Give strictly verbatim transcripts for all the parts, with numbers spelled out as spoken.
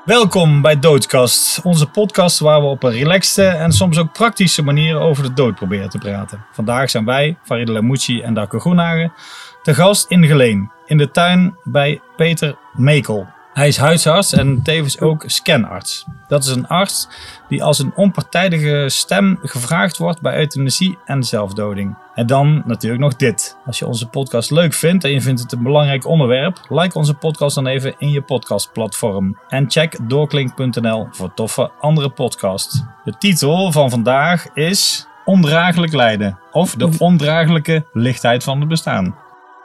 Welkom bij Doodkast, onze podcast waar we op een relaxte en soms ook praktische manier over de dood proberen te praten. Vandaag zijn wij, Farid Lemouchi en Darko Groenhagen, te gast in Geleen, in de tuin bij Peter Mekel. Hij is huisarts en tevens ook scanarts. Dat is een arts die als een onpartijdige stem gevraagd wordt bij euthanasie en zelfdoding. En dan natuurlijk nog dit. Als je onze podcast leuk vindt en je vindt het een belangrijk onderwerp, like onze podcast dan even in je podcastplatform. En check doorklink punt n l voor toffe andere podcasts. De titel van vandaag is Ondraaglijk lijden of de ondraaglijke lichtheid van het bestaan.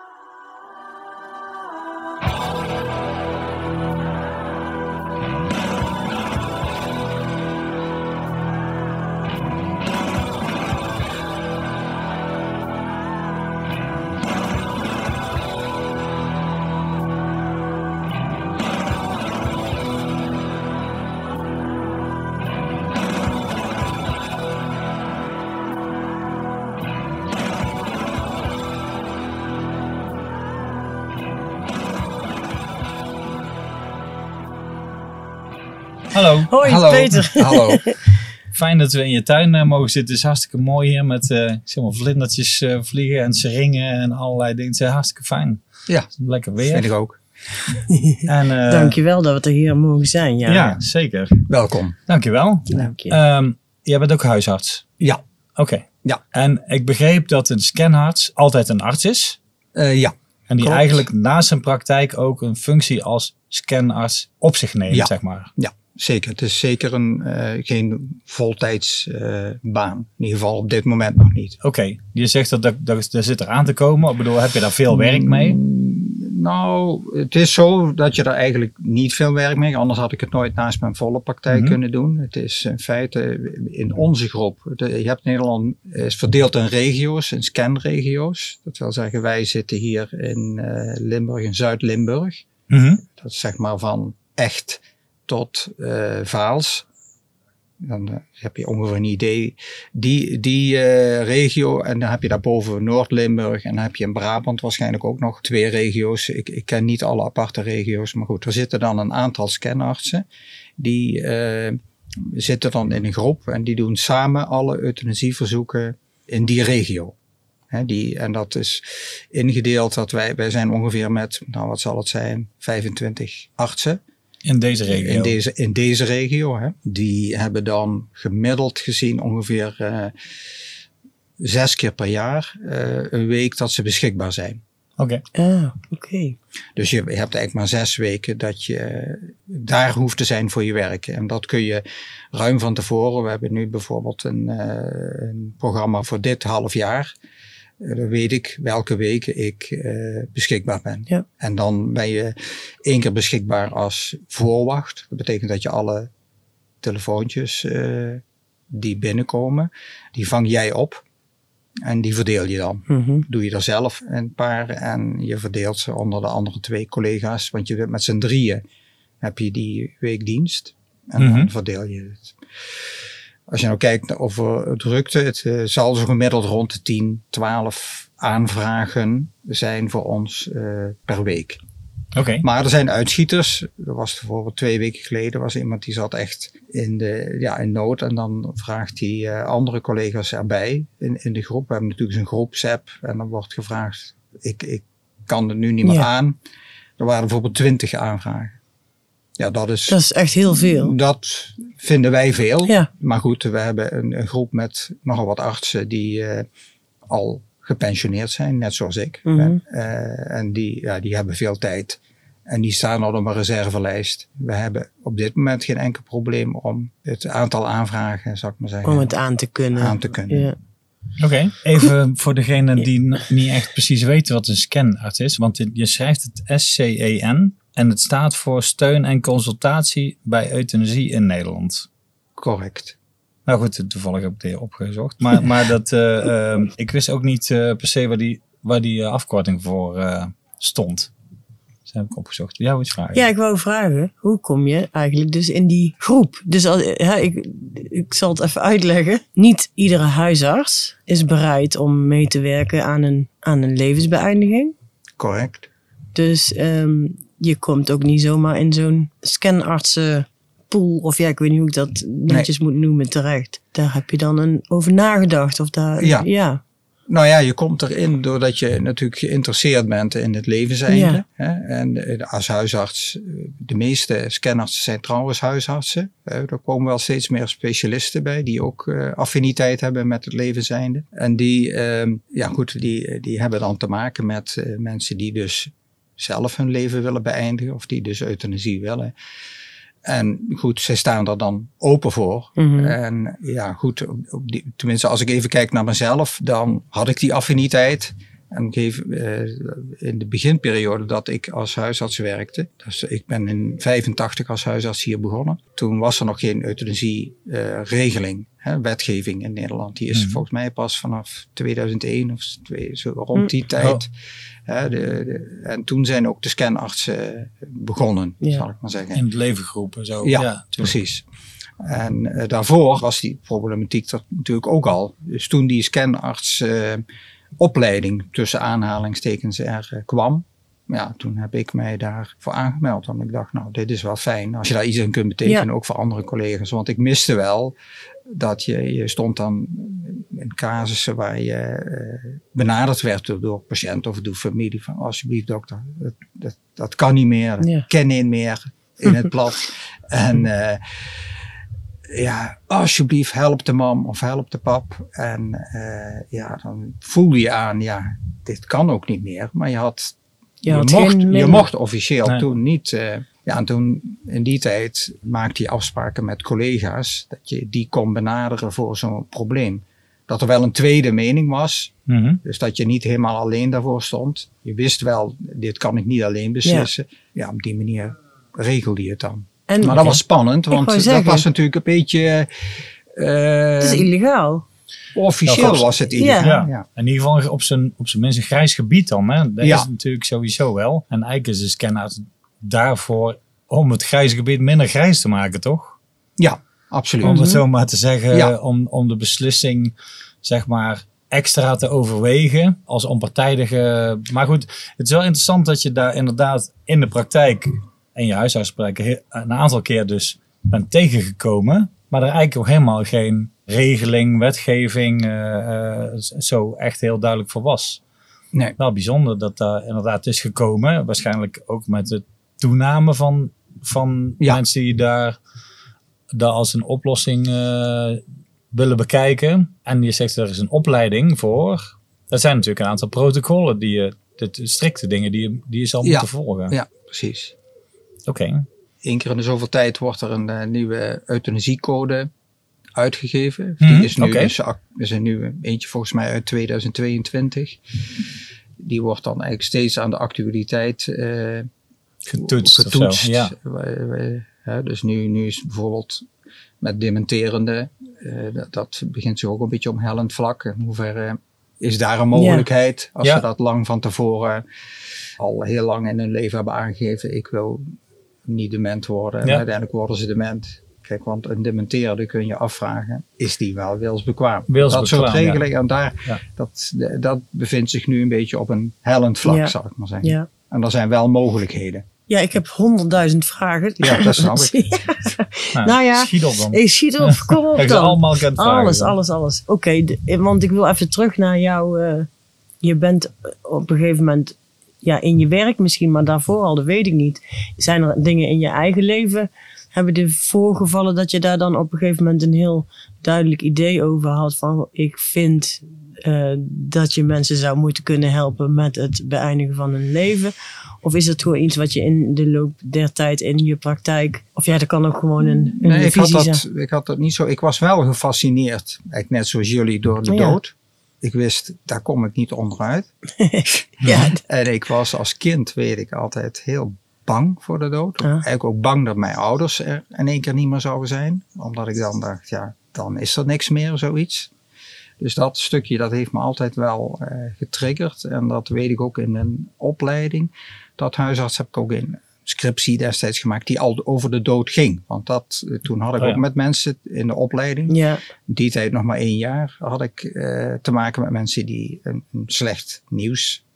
Hallo. Hoi Hallo. Peter. Hallo. Fijn dat we in je tuin uh, mogen zitten. Het is hartstikke mooi hier met uh, zeg maar vlindertjes uh, vliegen en seringen en allerlei dingen. Het is hartstikke fijn. Ja, lekker weer. vind ik ook. En, uh, Dankjewel dat we er hier mogen zijn. Ja, ja zeker. Welkom. Dankjewel. Dank je. Um, jij bent ook huisarts? Ja. Oké. Okay. Ja. En ik begreep dat een scanarts altijd een arts is. Uh, ja. En die Klopt. Eigenlijk naast zijn praktijk ook een functie als scanarts op zich neemt, ja. zeg maar. Ja. Zeker, het is zeker een, uh, geen voltijds uh, baan. In ieder geval op dit moment nog niet. Oké, okay. Je zegt dat dat, dat dat zit eraan te komen. Ik bedoel, heb je daar veel werk mee? Mm, nou, het is zo dat je daar eigenlijk niet veel werk mee. Anders had ik het nooit naast mijn volle praktijk mm-hmm. kunnen doen. Het is in feite in onze groep. De, je hebt Nederland is verdeeld in regio's, in scanregio's. Dat wil zeggen, wij zitten hier in uh, Limburg, in Zuid-Limburg. Mm-hmm. Dat is zeg maar van echt tot uh, Vaals. Dan uh, heb je ongeveer een idee. Die, die uh, regio, en dan heb je daarboven Noord-Limburg en dan heb je in Brabant waarschijnlijk ook nog twee regio's. Ik, ik ken niet alle aparte regio's, maar goed, er zitten dan een aantal scanartsen. Die uh, zitten dan in een groep en die doen samen alle euthanasieverzoeken in die regio. He, die, en dat is ingedeeld dat wij, wij zijn ongeveer met, nou wat zal het zijn, vijfentwintig artsen. In deze regio? In deze, in deze regio. Hè. Die hebben dan gemiddeld gezien ongeveer uh, zes keer per jaar uh, een week dat ze beschikbaar zijn. Oké. Okay. Ah, oké. Okay. Dus je hebt eigenlijk maar zes weken dat je daar hoeft te zijn voor je werk. En dat kun je ruim van tevoren. We hebben nu bijvoorbeeld een, uh, een programma voor dit half jaar. Dan weet ik welke weken ik uh, beschikbaar ben. Ja. En dan ben je één keer beschikbaar als voorwacht. Dat betekent dat je alle telefoontjes uh, die binnenkomen, die vang jij op. En die verdeel je dan. Mm-hmm. Doe je er zelf een paar en je verdeelt ze onder de andere twee collega's. Want je met z'n drieën heb je die weekdienst. En mm-hmm. dan verdeel je het. Als je nou kijkt over drukte, het uh, zal zo gemiddeld rond de tien, twaalf aanvragen zijn voor ons uh, per week. Oké. Okay. Maar er zijn uitschieters. Er was bijvoorbeeld twee weken geleden was iemand die zat echt in, de, ja, in nood. En dan vraagt hij uh, andere collega's erbij in, in de groep. We hebben natuurlijk een groepsapp en dan wordt gevraagd, ik, ik kan het nu niet meer ja. aan. Er waren bijvoorbeeld twintig aanvragen. Ja, dat is, dat is echt heel veel. Dat vinden wij veel. Ja. Maar goed, we hebben een, een groep met nogal wat artsen die uh, al gepensioneerd zijn, net zoals ik. Mm-hmm. Uh, en die, ja, die hebben veel tijd. En die staan al op een reservelijst. We hebben op dit moment geen enkel probleem om het aantal aanvragen, zou ik maar zeggen. Om het aan te kunnen. Aan te kunnen. Ja. Oké, okay. Even voor degenen die n- niet echt precies weten wat een scanarts is. Want je schrijft het S C E N en het staat voor steun en consultatie bij euthanasie in Nederland. Correct. Nou goed, toevallig heb ik het hier opgezocht. Maar, maar dat, uh, uh, ik wist ook niet uh, per se waar die, waar die uh, afkorting voor uh, stond. Dus heb ik opgezocht. Jij wil iets vragen? Ja, ik wou vragen. Hoe kom je eigenlijk dus in die groep? Dus als, ja, ik, ik zal het even uitleggen. Niet iedere huisarts is bereid om mee te werken aan een, aan een levensbeëindiging. Correct. Dus um, je komt ook niet zomaar in zo'n scanartsen pool, of ja, ik weet niet hoe ik dat netjes nee. moet noemen terecht. Daar heb je dan een, over nagedacht. Of daar, ja. ja. Nou ja, je komt erin doordat je natuurlijk geïnteresseerd bent in het levenseinde. Ja. Hè? En als huisarts, de meeste scanartsen zijn trouwens huisartsen. Er komen wel steeds meer specialisten bij die ook uh, affiniteit hebben met het levenseinde. En die, uh, ja goed, die, die hebben dan te maken met uh, mensen die dus zelf hun leven willen beëindigen of die dus euthanasie willen. En goed, zij staan er dan open voor. Mm-hmm. En ja, goed, op die, tenminste als ik even kijk naar mezelf, dan had ik die affiniteit. En ik geef, uh, in de beginperiode dat ik als huisarts werkte, dus ik ben in vijfentachtig als huisarts hier begonnen. Toen was er nog geen euthanasie uh, regeling, hè, wetgeving in Nederland. Die is mm-hmm. volgens mij pas vanaf tweeduizend één of twee, zo rond die mm. tijd. Oh. Hè, de, de, en toen zijn ook de scanartsen begonnen, ja. zal ik maar zeggen. In het levengroepen zo. Ja, ja precies. En uh, daarvoor was die problematiek er natuurlijk ook al. Dus toen die scanarts uh, opleiding tussen aanhalingstekens er uh, kwam. Ja, toen heb ik mij daarvoor aangemeld. Want ik dacht, nou, dit is wel fijn. Als je daar iets in kunt betekenen, ja. ook voor andere collega's. Want ik miste wel dat je, je stond dan in casussen waar je uh, benaderd werd door, door patiënten of door familie. Van alsjeblieft dokter, dat, dat, dat kan niet meer. Ja. Ik ken niet meer in het blad. En uh, ja, alsjeblieft help de mam of help de pap. En uh, ja, dan voelde je aan, ja, dit kan ook niet meer. Maar je had, je, je, mocht, je mocht officieel nee. toen niet. Uh, ja, en toen in die tijd maakte je afspraken met collega's dat je die kon benaderen voor zo'n probleem. Dat er wel een tweede mening was. Mm-hmm. Dus dat je niet helemaal alleen daarvoor stond. Je wist wel, dit kan ik niet alleen beslissen. Ja, ja op die manier regelde je het dan. En, maar dat okay. was spannend, want dat zeggen. was natuurlijk een beetje... Uh, het is illegaal. Officieel was het illegaal. Ja. Ja. In ieder geval op zijn, op zijn minst een grijs gebied dan. Hè? Dat ja. is natuurlijk sowieso wel. En eigenlijk is de scanarts daarvoor om het grijze gebied minder grijs te maken, toch? Ja, absoluut. Om het zo maar te zeggen, ja. om, om de beslissing, zeg maar, extra te overwegen als onpartijdige. Maar goed, het is wel interessant dat je daar inderdaad in de praktijk en je huisartspraktijk een aantal keer dus bent tegengekomen, maar er eigenlijk nog helemaal geen regeling, wetgeving uh, uh, zo echt heel duidelijk voor was. Nee. Wel bijzonder dat daar inderdaad is gekomen. Waarschijnlijk ook met de toename van, van ja. mensen die daar, daar als een oplossing uh, willen bekijken. En je zegt er is een opleiding voor. Dat zijn natuurlijk een aantal protocollen, die je, de, de strikte dingen die je, die je zal ja. moeten volgen. Ja, precies. Oké. Okay. Eén keer in de zoveel tijd wordt er een uh, nieuwe euthanasiecode uitgegeven. Hmm, die is nu, okay. dus, er is een nieuwe eentje volgens mij uit tweeduizend tweeëntwintig. Die wordt dan eigenlijk steeds aan de actualiteit uh, getoetst. getoetst. Ja. Ja, dus nu, nu is bijvoorbeeld met dementerende, uh, dat, dat begint zich ook een beetje omhellend vlak. In hoeverre is daar een mogelijkheid, ja. als ja. ze dat lang van tevoren al heel lang in hun leven hebben aangegeven, ik wil niet dement worden. Ja. En uiteindelijk worden ze dement. Kijk, want een dementeerde kun je afvragen, is die wel wilsbekwaam? Dat soort regelingen, ja. en daar, ja. dat, dat bevindt zich nu een beetje op een hellend vlak, ja. zal ik maar zeggen. Ja. En er zijn wel mogelijkheden. Ja, ik heb honderdduizend vragen. Ja, dat snap ik. ja. Nou, nou ja, schiet op dan. Ik schiet op, kom op dan. Allemaal vragen, alles, dan. alles, alles. Oké, okay, want ik wil even terug naar jou. Uh, je bent op een gegeven moment ja, in je werk misschien, maar daarvoor al, dat weet ik niet. Zijn er dingen in je eigen leven, hebben er voorgevallen dat je daar dan op een gegeven moment een heel duidelijk idee over had van ik vind uh, dat je mensen zou moeten kunnen helpen met het beëindigen van hun leven? Of is het gewoon iets wat je in de loop der tijd in je praktijk, of ja, dat kan ook gewoon een, een nee, ik had, dat, zijn. ik had dat niet zo. Ik was wel gefascineerd, eigenlijk net zoals jullie, door de ja. dood. Ik wist, daar kom ik niet onderuit. ja. En ik was als kind, weet ik, altijd heel bang voor de dood. Ja. Eigenlijk ook bang dat mijn ouders er in één keer niet meer zouden zijn. Omdat ik dan dacht, ja, dan is er niks meer, zoiets. Dus dat stukje, dat heeft me altijd wel uh, getriggerd. En dat weet ik ook in mijn opleiding. Dat huisarts heb ik ook in scriptie destijds gemaakt die al over de dood ging. Want dat, toen had ik oh ja. ook met mensen in de opleiding. Ja. Die tijd nog maar één jaar had ik uh, te maken met mensen die een, een slecht nieuws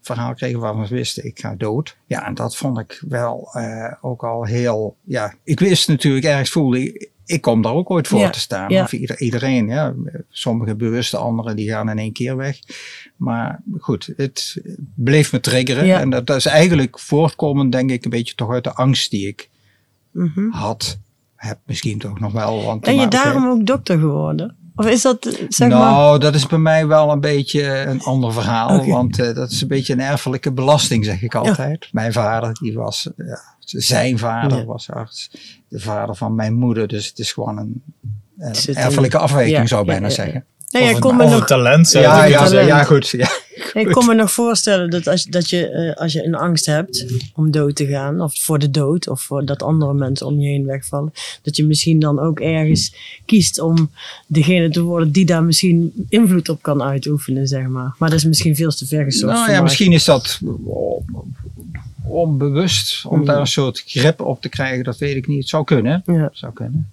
verhaal kregen waarvan ze wisten, ik ga dood. Ja, en dat vond ik wel uh, ook al heel, ja, ik wist natuurlijk ergens voelde ik, ik kom daar ook ooit voor ja, te staan. Ja. Of ieder, iedereen, ja. Sommige bewuste, anderen die gaan in één keer weg. Maar goed, het bleef me triggeren. Ja. En dat, dat is eigenlijk voortkomend, denk ik, een beetje toch uit de angst die ik mm-hmm. had. Heb misschien toch nog wel. Want ben je daarom ook dokter geworden? Of is dat, zeg nou, maar... dat is bij mij wel een beetje een ander verhaal. Okay. Want uh, dat is een beetje een erfelijke belasting, zeg ik altijd. Ja. Mijn vader, die was... Uh, zijn vader ja. was arts. De vader van mijn moeder. Dus het is gewoon een, een erfelijke afwijking, ja, zou ik bijna ja, ja, ja. zeggen. Nee, of kon een, me of nog, een talent. Ja, ja, talent. ja, goed. Ja, goed. Ik kon me nog voorstellen dat als, dat je, uh, als je een angst hebt om dood te gaan, of voor de dood, of voor dat andere mensen om je heen wegvallen, dat je misschien dan ook ergens kiest om degene te worden die daar misschien invloed op kan uitoefenen, zeg maar. Maar dat is misschien veel te ver gezocht. Nou ja, misschien is dat onbewust om mm. daar een soort grip op te krijgen, dat weet ik niet. Het zou kunnen. Ja. Het zou kunnen.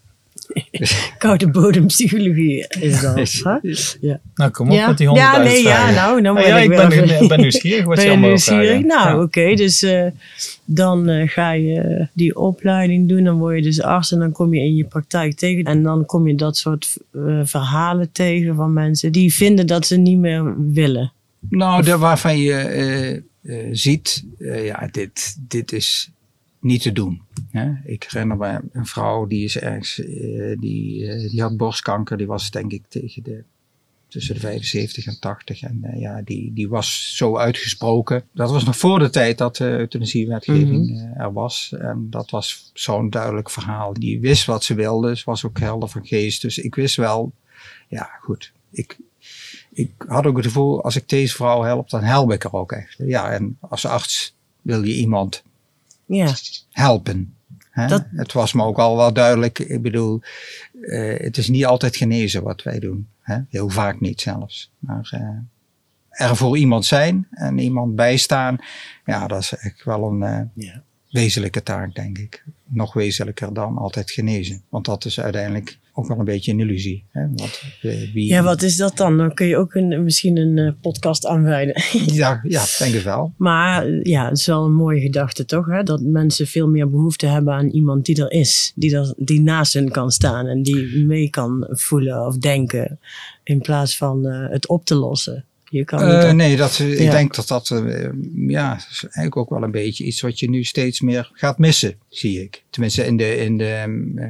Koude bodempsychologie is dat. Huh? Ja. Nou, kom op ja. met die honderd Ja, nee, ja, nou, nou ben ja, ik, ik ben, ben, ben nieuwsgierig wat ben je allemaal nieuwsgierig? Nou, ja. oké, okay, dus uh, dan uh, ga je die opleiding doen, dan word je dus arts en dan kom je in je praktijk tegen. En dan kom je dat soort uh, verhalen tegen van mensen die vinden dat ze niet meer willen. Nou, de, waarvan je uh, uh, ziet, uh, ja, dit, dit is niet te doen. Hè? Ik herinner me een vrouw die is ergens, uh, die, uh, die had borstkanker, die was denk ik tegen de, tussen de vijfenzeventig en tachtig en uh, ja, die, die was zo uitgesproken. Dat was nog voor de tijd dat de euthanasiewetgeving mm-hmm. uh, er was. En dat was zo'n duidelijk verhaal. Die wist wat ze wilde, ze was ook helder van geest. Dus ik wist wel, ja goed, ik... Ik had ook het gevoel, als ik deze vrouw help, dan help ik er ook echt. Ja, en als arts wil je iemand ja. helpen. Hè? Dat... Het was me ook al wel duidelijk. Ik bedoel, uh, het is niet altijd genezen wat wij doen. Hè? Heel vaak niet zelfs. Maar uh, er voor iemand zijn en iemand bijstaan, ja, dat is echt wel een uh, ja. wezenlijke taak, denk ik. Nog wezenlijker dan altijd genezen. Want dat is uiteindelijk ook wel een beetje een illusie. Hè? Want, uh, wie... Ja, wat is dat dan? Dan kun je ook een, misschien een uh, podcast aanwijden. ja, ja, denk ik wel. Maar ja, het is wel een mooie gedachte toch? Hè? Dat mensen veel meer behoefte hebben aan iemand die er is. Die, er, die naast hen kan staan en die mee kan voelen of denken. In plaats van uh, het op te lossen. Je kan uh, op... Nee, dat, ik ja. denk dat dat uh, ja, is eigenlijk ook wel een beetje iets wat je nu steeds meer gaat missen, zie ik. Tenminste in de, in de,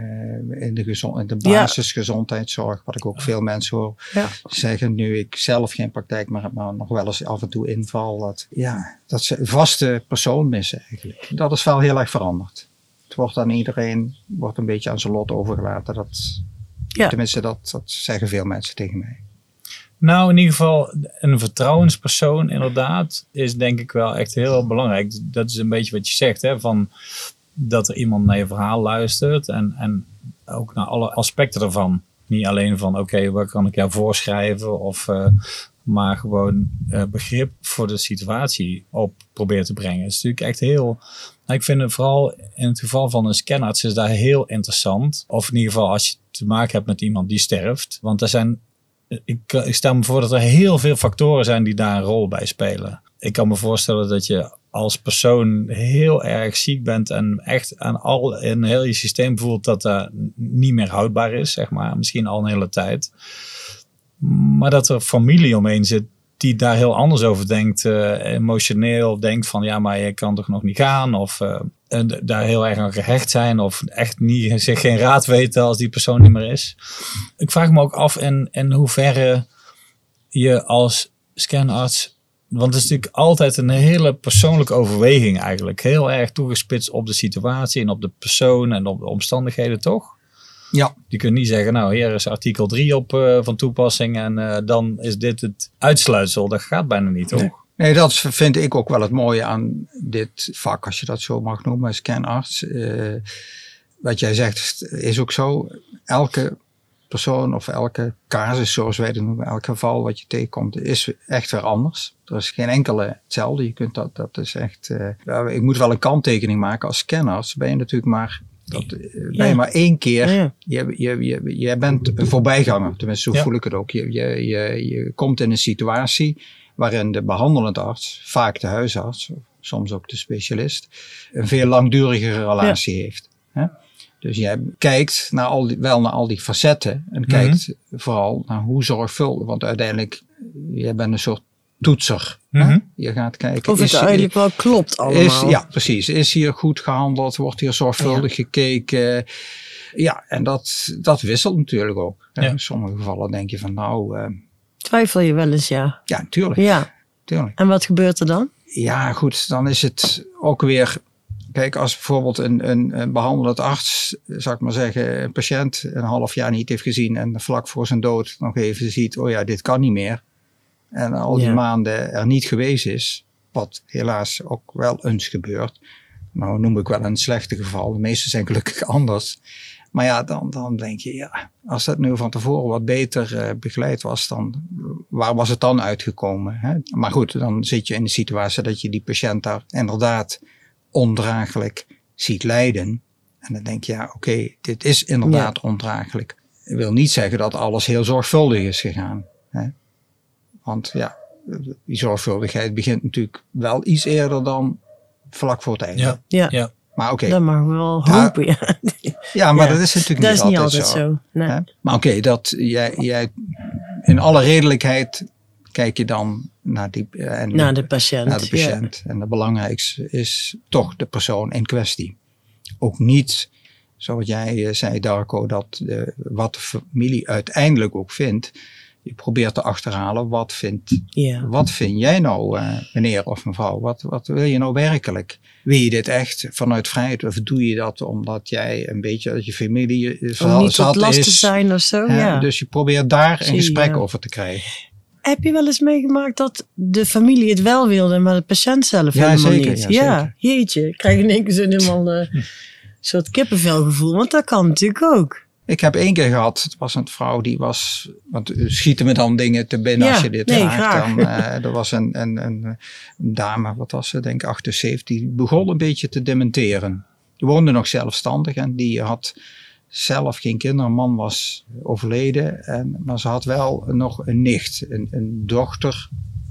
uh, in de, gezond, in de basisgezondheidszorg, wat ik ook veel mensen hoor ja. zeggen, nu ik zelf geen praktijk meer heb, maar nog wel eens af en toe inval, dat, ja, dat ze een vaste persoon missen eigenlijk. Dat is wel heel erg veranderd. Het wordt aan iedereen, wordt een beetje aan zijn lot overgelaten. Dat, ja. Tenminste, dat, dat zeggen veel mensen tegen mij. Nou, in ieder geval een vertrouwenspersoon inderdaad is denk ik wel echt heel belangrijk. Dat is een beetje wat je zegt, hè, van dat er iemand naar je verhaal luistert en, en ook naar alle aspecten ervan. Niet alleen van oké, okay, wat kan ik jou voorschrijven of uh, maar gewoon uh, begrip voor de situatie op probeert te brengen. Het is natuurlijk echt heel... Nou, ik vind het vooral in het geval van een scanarts is daar heel interessant. Of in ieder geval als je te maken hebt met iemand die sterft. Want er zijn... Ik, ik stel me voor dat er heel veel factoren zijn die daar een rol bij spelen. Ik kan me voorstellen dat je als persoon heel erg ziek bent en echt aan al in heel je systeem voelt dat dat niet meer houdbaar is, zeg maar. Misschien al een hele tijd. Maar dat er familie omheen zit die daar heel anders over denkt, uh, emotioneel denkt van ja, maar je kan toch nog niet gaan of uh, en daar heel erg aan gehecht zijn of echt niet, zich geen raad weten als die persoon niet meer is. Ik vraag me ook af in, in hoeverre je als scanarts, want het is natuurlijk altijd een hele persoonlijke overweging eigenlijk, heel erg toegespitst op de situatie en op de persoon en op de omstandigheden, toch? Ja. Je kunt niet zeggen, nou hier is artikel drie op uh, van toepassing en uh, dan is dit het uitsluitsel. Dat gaat bijna niet, toch? Nee. Nee, dat vind ik ook wel het mooie aan dit vak, als je dat zo mag noemen, scanarts. Uh, wat jij zegt is ook zo. Elke persoon of elke casus, zoals wij het noemen, elk geval wat je tegenkomt, is echt weer anders. Er is geen enkele hetzelfde. Je kunt dat, dat is echt... Uh, ik moet wel een kanttekening maken. Als scanarts ben je natuurlijk maar Dat uh, ben je maar één keer. Ja, ja. Je, je, je, je bent een voorbijganger. Tenminste, zo ja. voel ik het ook. Je, je, je, je komt in een situatie waarin de behandelende arts, vaak de huisarts, soms ook de specialist, een veel langdurigere relatie ja. heeft. Hè? Dus jij kijkt naar al die, wel naar al die facetten en kijkt mm-hmm. vooral naar hoe zorgvuldig. Want uiteindelijk, jij bent een soort toetser. Mm-hmm. Je gaat kijken. Of het is, eigenlijk wel klopt allemaal. Is, ja, precies. Is hier goed gehandeld? Wordt hier zorgvuldig ja. gekeken? Ja, en dat, dat wisselt natuurlijk ook. Ja. In sommige gevallen denk je van nou... Uh, Twijfel je wel eens, ja. Ja, natuurlijk. Ja. Tuurlijk. En wat gebeurt er dan? Ja, goed. Dan is het ook weer... Kijk, als bijvoorbeeld een, een, een behandelend arts, zou ik maar zeggen, een patiënt een half jaar niet heeft gezien en vlak voor zijn dood nog even ziet, oh ja, dit kan niet meer. En al die ja. maanden er niet geweest is, wat helaas ook wel eens gebeurt. Nou noem ik wel een slechte geval. De meeste zijn gelukkig anders. Maar ja, dan, dan denk je, ja, als dat nu van tevoren wat beter uh, begeleid was, dan waar was het dan uitgekomen? Hè? Maar goed, dan zit je in de situatie dat je die patiënt daar inderdaad ondraaglijk ziet lijden. En dan denk je, ja, oké, okay, dit is inderdaad ja. ondraaglijk. Ik wil niet zeggen dat alles heel zorgvuldig is gegaan. Hè? Want ja, die zorgvuldigheid begint natuurlijk wel iets eerder dan vlak voor het einde. Ja, ja. ja. Maar oké. Okay, dat mag wel hopen, ja. Ja, maar ja, dat is natuurlijk dat niet, is niet altijd, altijd zo. zo. Nee. Hè? Maar oké, okay, dat jij, jij in alle redelijkheid kijk je dan naar, die, en, naar de patiënt. Naar de patiënt. Ja. En het belangrijkste is toch de persoon in kwestie. Ook niet, zoals jij zei, Darko, dat de, wat de familie uiteindelijk ook vindt. Je probeert te achterhalen, wat, vindt, ja. wat vind jij nou, uh, meneer of mevrouw? Wat, wat wil je nou werkelijk? Wil je dit echt vanuit vrijheid? Of doe je dat omdat jij een beetje, dat je familie Om niet tot last te zijn of zo, hè? Ja. Dus je probeert daar Zie, een gesprek ja. over te krijgen. Heb je wel eens meegemaakt dat de familie het wel wilde, maar de patiënt zelf ja, helemaal zeker, niet? Ja, ja, zeker. jeetje. Ik krijg in één keer zo'n helemaal uh, soort kippenvelgevoel, want dat kan natuurlijk ook. Ik heb één keer gehad, het was een vrouw die was, want schieten me dan dingen te binnen ja, als je dit nee, vraagt. Graag. Dan, uh, er was een, een, een, een dame, wat was ze, denk ik achtenzeventig, die begon een beetje te dementeren. Die woonde nog zelfstandig en die had zelf geen kinderen. Een man was overleden, en, maar ze had wel nog een nicht, een, een dochter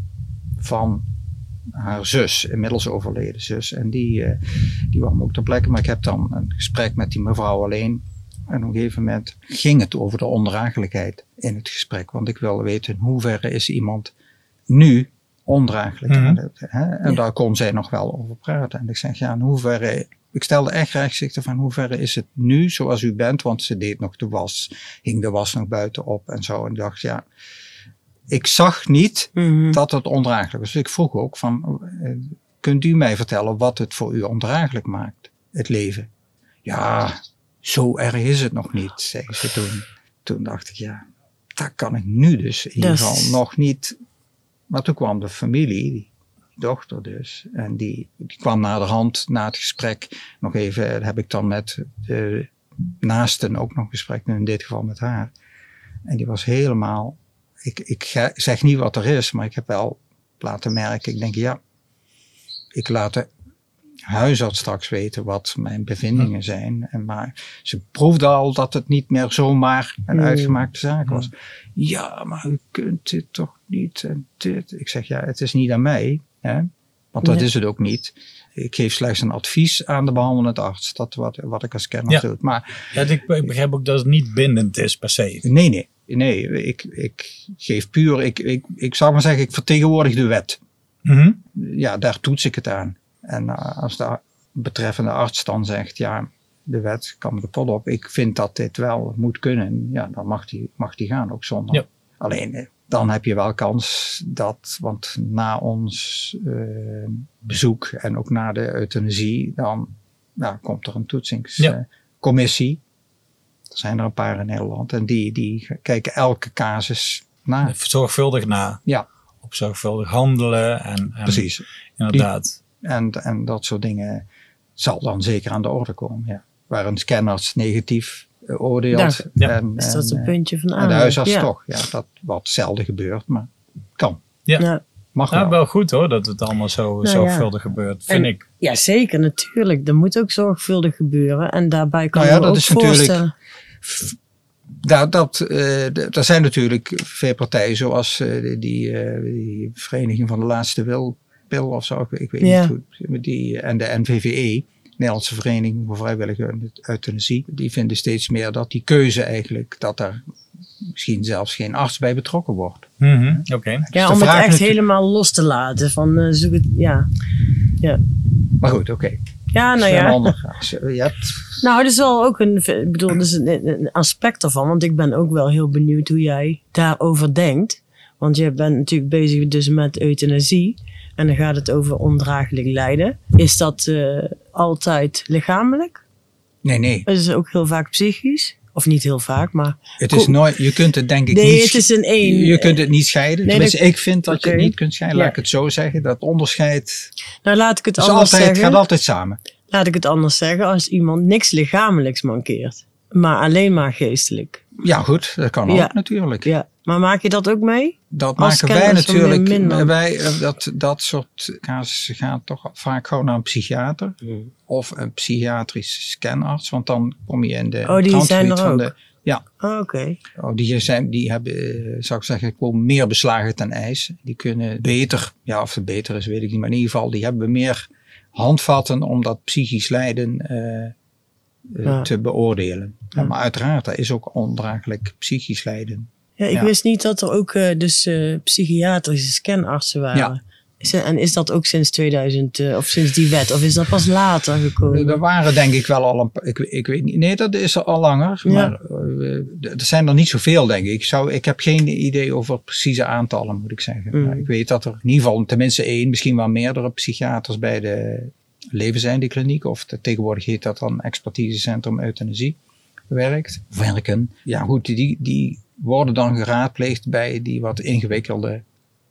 van haar zus, inmiddels overleden zus. En die, uh, die kwam ook ter plekke, maar ik heb dan een gesprek met die mevrouw alleen. En op een gegeven moment ging het over de ondraaglijkheid in het gesprek. Want ik wilde weten in hoeverre is iemand nu ondraaglijk. Mm-hmm. Hè? En ja. daar kon zij nog wel over praten. En ik zeg, ja, in hoeverre... Ik stelde echt rechtzichten van hoeverre is het nu zoals u bent. Want ze deed nog de was, hing de was nog buiten op en zo. En ik dacht, ja... Ik zag niet mm-hmm. dat het ondraaglijk was. Dus ik vroeg ook van... Kunt u mij vertellen wat het voor u ondraaglijk maakt? Het leven. Ja... Zo erg is het nog niet, zei ze toen. Toen dacht ik, ja, dat kan ik nu dus in ieder geval dus... nog niet. Maar toen kwam de familie, die dochter dus. En die, die kwam naderhand, na het gesprek, nog even, heb ik dan met de naasten ook nog gesprek, nu in dit geval met haar. En die was helemaal, ik, ik zeg niet wat er is, maar ik heb wel laten merken, ik denk, ja, ik laat de huisarts straks weten wat mijn bevindingen zijn. En maar ze proefde al dat het niet meer zomaar een mm. uitgemaakte zaak was. Ja, maar u kunt dit toch niet en dit. Ik zeg, ja, het is niet aan mij. Hè? Want dat ja. is het ook niet. Ik geef slechts een advies aan de behandelend arts. Dat wat, wat ik als kenner ja. doe. Maar, ja, ik begrijp ook dat het niet bindend is per se. Nee, nee. Nee, ik, ik geef puur, ik, ik, ik zou maar zeggen, ik vertegenwoordig de wet. Mm-hmm. Ja, daar toets ik het aan. En uh, als de betreffende arts dan zegt, ja, de wet kan me de pot op. Ik vind dat dit wel moet kunnen. Ja, dan mag die, mag die gaan, ook zonder. Ja. Alleen, dan heb je wel kans dat, want na ons uh, bezoek en ook na de euthanasie, dan nou, komt er een toetsingscommissie. Ja. Uh, er zijn er een paar in Nederland. En die, die kijken elke casus na. Zorgvuldig na. Ja. Op zorgvuldig handelen. En, en precies. Inderdaad. Die, En, en dat soort dingen zal dan zeker aan de orde komen. Ja. Waar een scanarts negatief uh, oordeelt. Daar, ja. en, is dat en, een puntje van aan. En de huisarts ja. toch. Ja, dat wat zelden gebeurt, maar kan. Ja. ja. Mag wel. Ja, wel goed hoor, dat het allemaal zo Nou, zorgvuldig ja. gebeurt, vind En- ik. Ja, zeker, natuurlijk. Dat moet ook zorgvuldig gebeuren. En daarbij kan Nou ja, ik me dat ook is natuurlijk- voorstellen... Dat, dat, eh, d- er zijn natuurlijk veel partijen zoals eh, die, die, eh, die Vereniging van de Laatste Wil, Pil of zo, ik, ik weet Ja. niet hoe, die, en de N V V E, Nederlandse Vereniging voor Vrijwillige Euthanasie, die vinden steeds meer dat die keuze eigenlijk, dat er misschien zelfs geen arts bij betrokken wordt. Mhm, Oké. Ja, de om het vraag echt natuurlijk- helemaal los te laten. Van, eh, zoek het, ja. Maar goed, oké. Ja, nou Een ja. ander- als je- je hebt- Nou, dat is wel ook een, ik bedoel, dat is een, een aspect ervan. Want ik ben ook wel heel benieuwd hoe jij daarover denkt. Want je bent natuurlijk bezig dus met euthanasie. En dan gaat het over ondraaglijk lijden. Is dat eh, altijd lichamelijk? Nee, nee. Is het ook heel vaak psychisch? Of niet heel vaak, maar... Het is Cool. nooit, je kunt het denk ik Nee, niet... het is een één. Je kunt het niet scheiden. Nee, Tenminste, ik vind dat je Oké. het niet kunt scheiden. Laat Ja. ik het zo zeggen. Dat onderscheid Nou, laat ik het is anders altijd, het zeggen. gaat altijd samen. Laat ik het anders zeggen. Als iemand niks lichamelijks mankeert. Maar alleen maar geestelijk. Ja, goed. Dat kan Ja. ook natuurlijk. Ja. Maar maak je dat ook mee? Dat Als maken wij kennis van natuurlijk. min man. Wij, eh, dat, dat soort casussen gaan toch vaak gewoon naar een psychiater. Of een psychiatrische scanarts. Want dan kom je in de Oh, die zijn grondgebied er van ook? de... Ja, Oh, oké. oh, die, zijn, die hebben, eh, zou ik zeggen, gewoon meer beslagen ten ijs. Die kunnen beter, ja of het beter is weet ik niet. Maar in ieder geval, die hebben meer handvatten om dat psychisch lijden eh, eh, Ja. te beoordelen. Ja, Ja. maar uiteraard, er is ook ondraaglijk psychisch lijden. Ja, ik Ja. wist niet dat er ook eh, dus eh, psychiatrische scanartsen waren. Ja. Is er- en is dat ook sinds tweeduizend eh, of sinds die wet? Of is dat pas later gekomen? Er waren denk ik wel al een paar, ik, ik weet niet, nee dat is er al langer. Ja. Maar eh, er zijn er niet zoveel denk ik. Ik, zou, ik heb geen idee over precieze aantallen moet ik zeggen. Mm. Maar ik weet dat er in ieder geval tenminste één, misschien wel meerdere psychiaters bij de Levenzijnde kliniek. Of de, tegenwoordig heet dat dan expertisecentrum euthanasie werkt. Werken. Ja goed, die, die worden dan geraadpleegd bij die wat ingewikkelde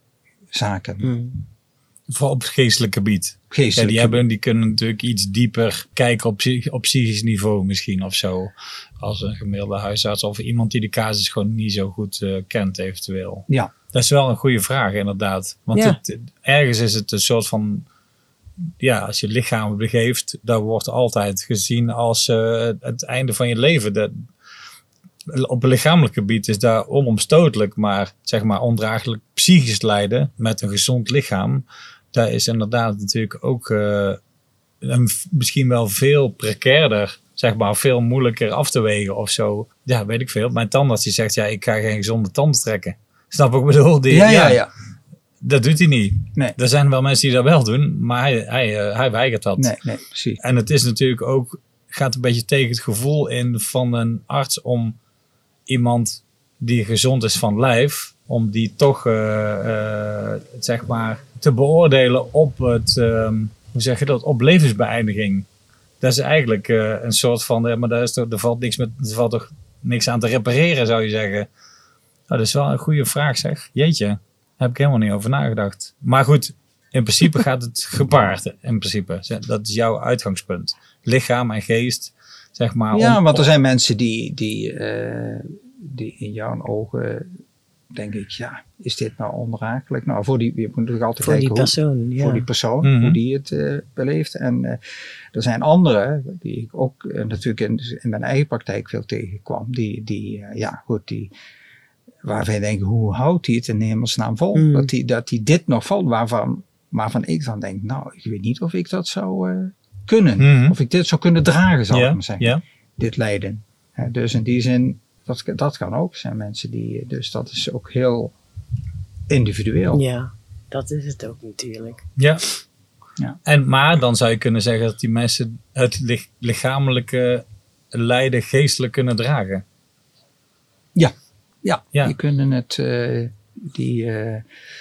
zaken. Hmm. Vooral op het geestelijk gebied. Ja, Geestelijk. die, hebben, die kunnen natuurlijk iets dieper kijken op, psych- op psychisch niveau misschien of zo. Als een gemiddelde huisarts of iemand die de casus gewoon niet zo goed eh, kent eventueel. Ja. Dat is wel een goede vraag inderdaad. Want Ja. het, ergens is het een soort van... Ja, als je lichaam begeeft, dat wordt altijd gezien als eh, het einde van je leven. Dat, op het lichamelijk gebied is dat onomstotelijk, maar zeg maar ondraaglijk psychisch lijden met een gezond lichaam, dat is inderdaad natuurlijk ook uh, een, misschien wel veel precairder, zeg maar veel moeilijker af te wegen of zo. Ja, weet ik veel. Mijn tandarts die zegt, ja, ik ga geen gezonde tanden trekken. Snap ik bedoel? Die, Ja, ja, ja. Dat doet hij niet. Nee. Er zijn wel mensen die dat wel doen, maar hij, hij, uh, hij weigert dat. Nee, nee, precies. En het is natuurlijk ook, gaat een beetje tegen het gevoel in van een arts om iemand die gezond is van lijf, om die toch uh, uh, zeg maar te beoordelen op het, um, hoe zeg je dat, op levensbeëindiging. Dat is eigenlijk uh, een soort van, ja, maar daar, is toch, er, valt niks met, er valt toch niks aan te repareren, zou je zeggen. Nou, dat is wel een goede vraag, zeg. Jeetje, daar heb ik helemaal niet over nagedacht. Maar goed, in principe gaat het gepaard. In principe, dat is jouw uitgangspunt. Lichaam en geest, zeg maar. Ja, om, want er zijn mensen die, die, uh, die in jouw ogen, denk ik, ja, is dit nou ondraaglijk? Nou, voor die, je moet natuurlijk altijd voor kijken die persoon, hoe, ja. voor die persoon, Mm-hmm. hoe die het uh, beleeft. En uh, er zijn anderen, die ik ook uh, natuurlijk in, in mijn eigen praktijk veel tegenkwam, die, die uh, ja, goed, die, waarvan je denkt, hoe houdt hij het in hemelsnaam vol? Mm. Dat hij dat die dit nog vol, waarvan, waarvan ik dan denk, nou, ik weet niet of ik dat zou uh, kunnen. Mm-hmm. Of ik dit zou kunnen dragen, zal ja, ik maar zeggen. Ja. Dit lijden. Ja, dus in die zin, dat, dat kan ook zijn mensen die, dus dat is ook heel individueel. Ja, dat is het ook natuurlijk. Ja. Ja. En, maar dan zou je kunnen zeggen dat die mensen het lich- lichamelijke lijden geestelijk kunnen dragen. Ja, ja, Ja. die kunnen het, uh, die, uh,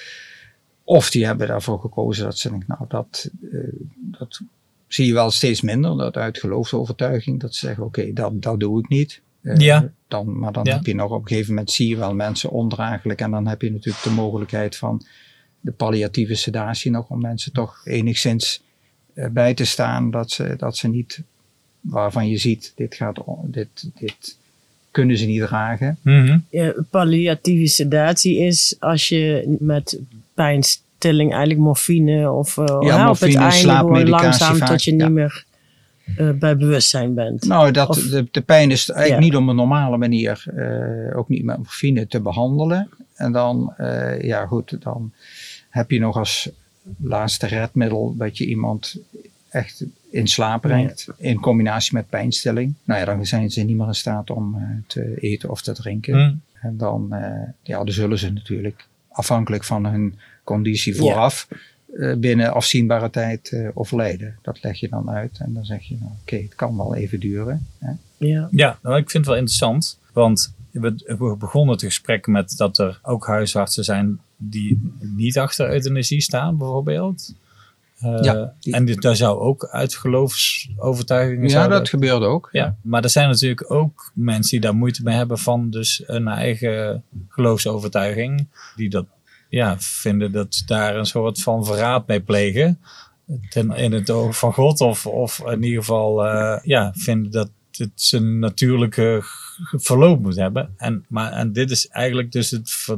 of die hebben daarvoor gekozen dat ze denken, nou dat, uh, dat zie je wel steeds minder, dat uit geloofsovertuiging, dat ze zeggen, oké, okay, dat, dat doe ik niet. Uh, Ja. Dan, maar dan Ja. heb je nog op een gegeven moment, zie je wel mensen ondraaglijk en dan heb je natuurlijk de mogelijkheid van de palliatieve sedatie nog, om mensen toch enigszins uh, bij te staan, dat ze, dat ze niet, waarvan je ziet, dit gaat, dit, dit kunnen ze niet dragen. Mm-hmm. Ja, palliatieve sedatie is als je met pijn pijnstilling, eigenlijk morfine of uh, Ja, op het morfine, einde gewoon slaapmedicatie langzaam vaak, tot je ja. niet meer uh, bij bewustzijn bent. Nou, dat, Of- de, de pijn is eigenlijk Ja. niet op een normale manier, uh, ook niet met morfine te behandelen. En dan, uh, ja goed, dan heb je nog als laatste redmiddel dat je iemand echt in slaap brengt. In combinatie met pijnstilling. Nou ja, dan zijn ze niet meer in staat om uh, te eten of te drinken. Mm. En dan, uh, ja, dan zullen ze natuurlijk afhankelijk van hun conditie vooraf uh, binnen afzienbare tijd uh, overlijden. Dat leg je dan uit en dan zeg je, nou, oké, okay, het kan wel even duren. Hè? Ja. Ja, nou, ik vind het wel interessant. Want we, we begonnen het gesprek met dat er ook huisartsen zijn die niet achter euthanasie staan, bijvoorbeeld. Uh, Ja, die- En dit, daar zou ook uit geloofsovertuigingen Ja, zouden- dat gebeurde ook. Ja, maar er zijn natuurlijk ook mensen die daar moeite mee hebben van dus een eigen geloofsovertuiging. Die dat ja, vinden dat ze daar een soort van verraad mee plegen. Ten, in het oog van God. Of, of in ieder geval uh, ja, vinden dat het zijn natuurlijke verloop moet hebben. En, maar, en dit is eigenlijk dus het, ver,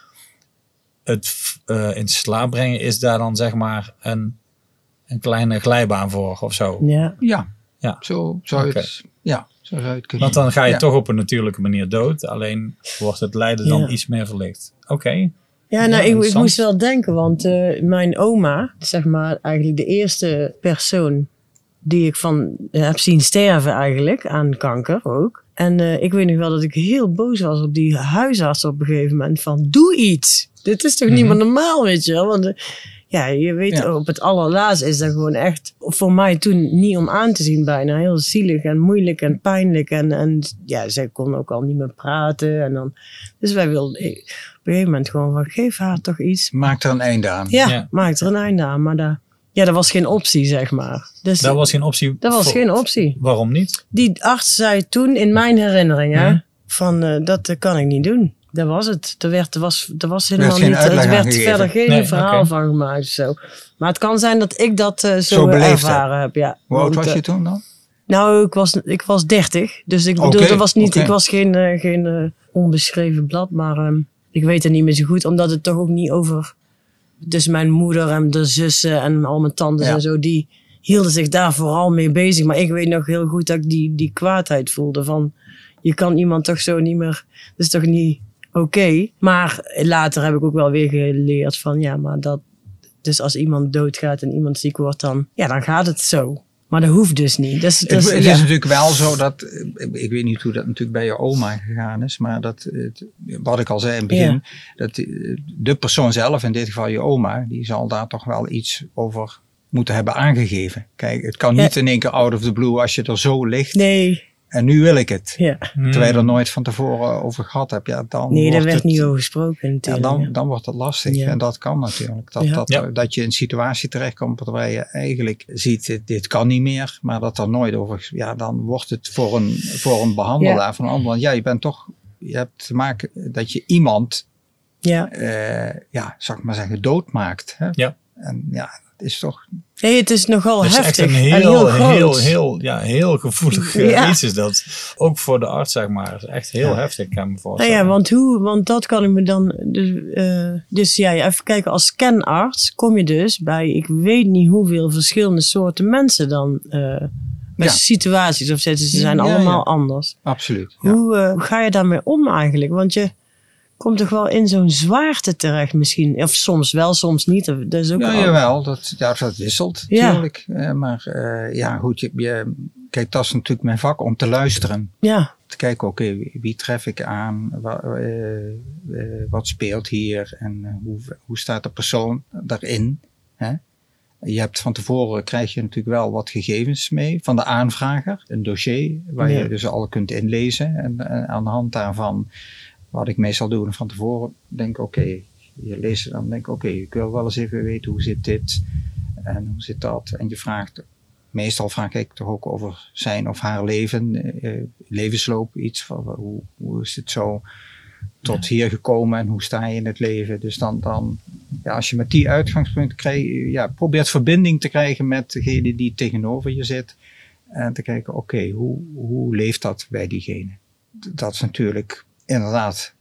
het uh, in slaap brengen is daar dan zeg maar een, een kleine glijbaan voor of zo. Ja. Ja, Ja. zo zou je Oké. het, ja, zo zou je het kunnen Want dan ga je ja. toch op een natuurlijke manier dood. Alleen wordt het lijden dan Ja. iets meer verlicht. Oké. Ja, Ja, nou, ik, ik interessant. moest wel denken, want uh, mijn oma, zeg maar eigenlijk de eerste persoon die ik van uh, heb zien sterven eigenlijk, aan kanker ook. En uh, ik weet nog wel dat ik heel boos was op die huisarts op een gegeven moment van, doe iets. Dit is toch Mhm. niet meer normaal, weet je wel. Want uh, ja, je weet, Ja. op het allerlaatst is dat gewoon echt voor mij toen niet om aan te zien bijna. Heel zielig en moeilijk en pijnlijk. En, en ja, zij kon ook al niet meer praten. En dan, dus wij wilden op een gegeven moment gewoon van, geef haar toch iets. Maak er een einde aan. Ja, Ja. maak er een einde aan. Maar dat, ja, dat was geen optie, zeg maar. Dus Dat was geen optie. dat was voor- geen optie. Waarom niet? Die arts zei toen, in mijn herinnering, hè, Mhm. van uh, dat uh, kan ik niet doen. Dat was het. Er, werd, er, was, er was helemaal geen niet. Er uitleg aan werd gegeven. verder geen Nee, verhaal oké. van gemaakt of zo. Maar het kan zijn dat ik dat uh, zo, Zo beleefd ervaren heb. Ja. Hoe oud Want, was uh, je toen dan? Nou, ik was, ik was dertig. Dus ik bedoel, Oké, dat was niet, oké. ik was geen, uh, geen uh, onbeschreven blad. Maar um, ik weet het niet meer zo goed. Omdat het toch ook niet over... Dus mijn moeder en de zussen en al mijn tantes Ja. en zo... die hielden zich daar vooral mee bezig. Maar ik weet nog heel goed dat ik die, die kwaadheid voelde. Van, je kan iemand toch zo niet meer... Dat is toch niet oké? Okay? Maar later heb ik ook wel weer geleerd van... Ja, maar dat... Dus als iemand doodgaat en iemand ziek wordt, dan... Ja, dan gaat het zo. Maar dat hoeft dus niet. Dus, dus, het, het ja. is natuurlijk wel zo dat, ik weet niet hoe dat natuurlijk bij je oma gegaan is, maar dat, het, wat ik al zei in het begin, Ja. dat de persoon zelf, in dit geval je oma, die zal daar toch wel iets over moeten hebben aangegeven. Kijk, het kan Ja. niet in één keer out of the blue als je er zo ligt Nee, en nu wil ik het. ja. Terwijl je er nooit van tevoren over gehad hebt, ja, dan Nee, daar wordt werd het, niet over gesproken ja, natuurlijk. dan, ja. dan wordt het lastig. Ja. En dat kan natuurlijk. Dat, Ja. dat, Ja. dat je in een situatie terechtkomt waar je eigenlijk ziet, dit, dit kan niet meer. Maar dat er nooit over, ja, dan wordt het voor een, voor een behandelaar Ja. van een ander. Want ja, je bent toch, je hebt te maken dat je iemand, Ja. eh, ja, zal ik maar zeggen, doodmaakt. Hè? Ja. En ja, dat is toch, Nee, het is nogal Dat is echt heftig een en heel, heel groot. heel, heel, ja, heel gevoelig uh, Ja. iets is dat. Ook voor de arts, zeg maar. Het is echt heel heftig, kan ik me Nou voorstellen. ja, want hoe, want dat kan ik me dan. Dus, uh, dus ja, even kijken, als scanarts kom je dus bij, ik weet niet hoeveel verschillende soorten mensen dan. Uh, bij Ja. situaties of zetten, ze zijn Ja, allemaal ja. anders. absoluut. Ja. Hoe, uh, hoe ga je daarmee om eigenlijk? Want je komt toch wel in zo'n zwaarte terecht misschien. Of soms wel, soms niet. Dat is ook Ja, al- jawel, dat, ja, dat wisselt Ja. natuurlijk. Eh, maar eh, ja, goed, je, je, kijk, dat is natuurlijk mijn vak om te luisteren. Ja, Te kijken, oké, wie, wie tref ik aan? Wa, eh, eh, wat speelt hier? En eh, hoe, hoe staat de persoon daarin? Hè? Je hebt van tevoren, krijg je natuurlijk wel wat gegevens mee van de aanvrager. Een dossier waar Ja. je dus al kunt inlezen. En, en aan de hand daarvan, wat ik meestal doe van tevoren, denk ik, oké, je leest het dan, denk ik, oké, ik wil wel eens even weten hoe zit dit en hoe zit dat. En je vraagt, meestal vraag ik toch ook over zijn of haar leven, eh, levensloop, iets van hoe, hoe is het zo tot hier gekomen en hoe sta je in het leven. Dus dan, dan ja, als je met die uitgangspunten krijgt, ja, probeert verbinding te krijgen met degene die tegenover je zit. En te kijken, oké, hoe, hoe leeft dat bij diegene? Dat is natuurlijk inderdaad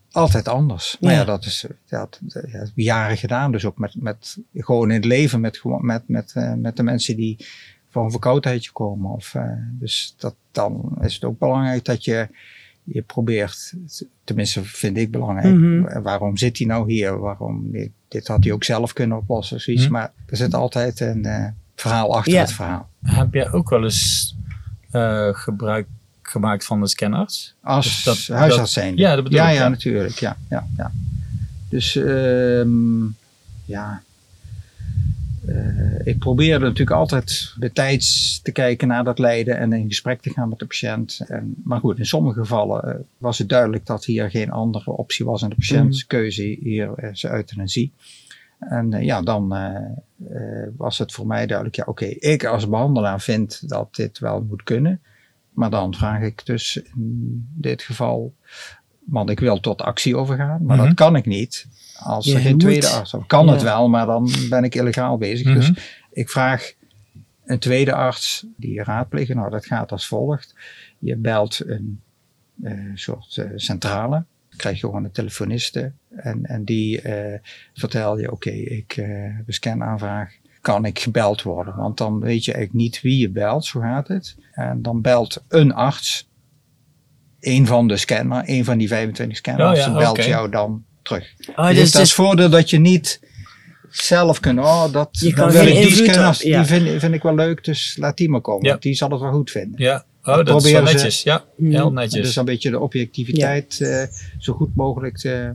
altijd anders. Maar Ja. ja, dat is ja, ja, jaren gedaan. Dus ook met, met gewoon in het leven met, met, met, uh, met de mensen die voor een verkoudheidje komen. Of, uh, dus dat, dan is het ook belangrijk dat je, je probeert, tenminste vind ik belangrijk, Mm-hmm. waarom zit hij nou hier? Waarom, dit had hij ook zelf kunnen oplossen. Zoiets. Mm. Maar er zit altijd een uh, verhaal achter Ja. het verhaal. Heb jij ook wel eens uh, gebruik gemaakt van de scanarts? Als Dus dat- huisarts zijn. Ja, dat bedoel ja, ik, ja, ja. natuurlijk. Ja, ja, ja. Dus um, ja, uh, ik probeerde natuurlijk altijd betijds te kijken naar dat lijden en in gesprek te gaan met de patiënt. En, maar goed, in sommige gevallen uh, was het duidelijk dat hier geen andere optie was en de patiëntkeuze hier is euthanasie. En uh, ja, dan uh, uh, was het voor mij duidelijk, ja oké, okay, ik als behandelaar vind dat dit wel moet kunnen. Maar dan vraag ik dus in dit geval, want ik wil tot actie overgaan, maar Mm-hmm. dat kan ik niet als Ja, er je geen moet. tweede arts is. Kan Ja. het wel, maar dan ben ik illegaal bezig. Mm-hmm. Dus ik vraag een tweede arts die je raadplegen. Nou, dat gaat als volgt. Je belt een uh, soort uh, centrale. Dan krijg je gewoon een telefoniste. En, en die uh, vertel je, oké, okay, ik uh, heb een scanaanvraag. Kan ik gebeld worden? Want dan weet je eigenlijk niet wie je belt, zo gaat het. En dan belt een arts, een van de scanner, een van die vijfentwintig scanners, Oh ja, belt okay. jou dan terug. Oh, dus dus, dat is dus, voordeel dat je niet zelf kunt, oh, dat, Je dan kan wil geen ik die invloed scanners, op- ja. die vind, vind ik wel leuk, dus laat die maar komen, Ja. want die zal het wel goed vinden. Ja, oh, Dat dat is wel proberen ze- netjes. Ja, heel Mm. netjes Dus een beetje de objectiviteit uh, zo goed mogelijk te,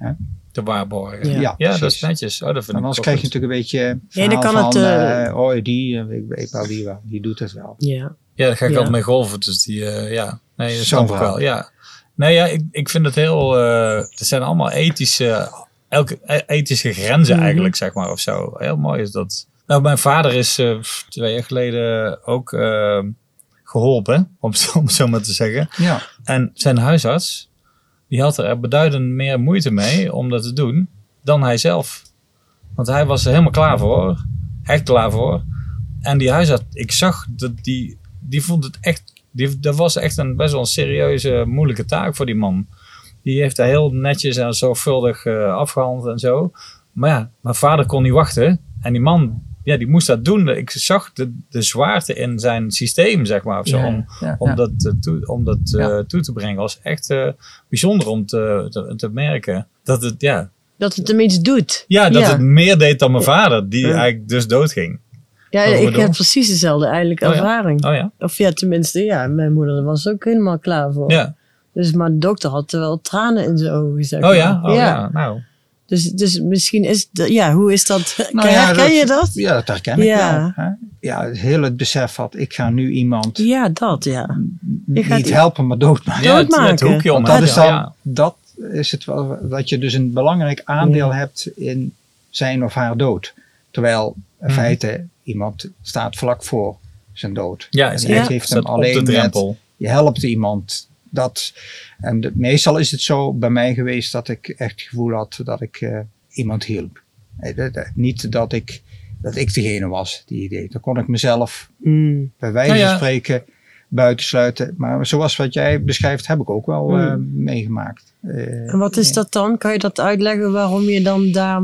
te waarborgen. Ja. Ja, ja, dat precies. is netjes. Oh, dat vind En ik anders wel krijg je goed. natuurlijk een beetje Ja, dan verhaal kan van, het, uh, uh, oh die, uh, ik weet wel wie wel, die doet het wel. ja. Ja, daar ga ik Ja. altijd mee golven. Dus die, uh, ja, nee, dat Zo'n snap ik verhaal. wel. Ja. Nee, ja, ik, ik vind het heel, uh, het zijn allemaal ethische, elke, e- ethische grenzen Mhm. eigenlijk, zeg maar, of zo. Heel mooi is dat. Nou, mijn vader is uh, twee jaar geleden ook uh, geholpen, om, om het zo maar te zeggen. Ja, En zijn huisarts, die had er beduidend meer moeite mee om dat te doen dan hij zelf. Want hij was er helemaal klaar voor. Echt klaar voor. En die huisarts, ik zag dat die, die vond het echt, die, dat was echt een best wel een serieuze, moeilijke taak voor die man. Die heeft daar heel netjes en zorgvuldig uh, afgehandeld en zo. Maar ja, mijn vader kon niet wachten. En die man, ja, die moest dat doen. Ik zag de, de zwaarte in zijn systeem, zeg maar. Of zo, Ja, om, ja, om ja. dat, uh, toe, om dat uh, Ja. toe te brengen. Was echt uh, bijzonder om te, te, te merken. Dat het, ja, Dat het hem iets doet. ja, dat Ja. het meer deed dan mijn vader. Die Ja. eigenlijk dus doodging. Ja, Wat ik bedoel? heb precies dezelfde eigenlijk Oh ja? ervaring. Oh ja? Of ja, tenminste, ja, mijn moeder was er ook helemaal klaar voor. Ja. Dus, maar de dokter had er wel tranen in zijn ogen, zeg Oh ja? maar. Oh ja. Nou. Dus, dus misschien is, de, ja, hoe is dat? Nou ja, herken je dat? Ja, dat herken ik Ja. wel. Hè? Ja, heel het besef had, ik ga nu iemand Ja, dat, ja. Je gaat niet i- helpen, maar doodmaken. Ja, het, Doodmaken. het hoekje om. Want dat is dan, Ja. dat is het wel, dat je dus een belangrijk aandeel Ja. hebt in zijn of haar dood. Terwijl in Mhm. feite iemand staat vlak voor zijn dood. Ja, en is je echt- geeft staat hem op alleen de met, drempel. je helpt iemand. Dat, en de- meestal is het zo bij mij geweest dat ik echt het gevoel had dat ik uh, iemand hielp. Eh, dat- dat- Niet dat ik, dat ik degene was die het deed. Dan kon ik mezelf Mm. bij wijze Nou van ja. spreken buitensluiten. Maar zoals wat jij beschrijft heb ik ook wel uh, Mm. meegemaakt. Uh, En wat is dat dan? Kan je dat uitleggen waarom je dan daar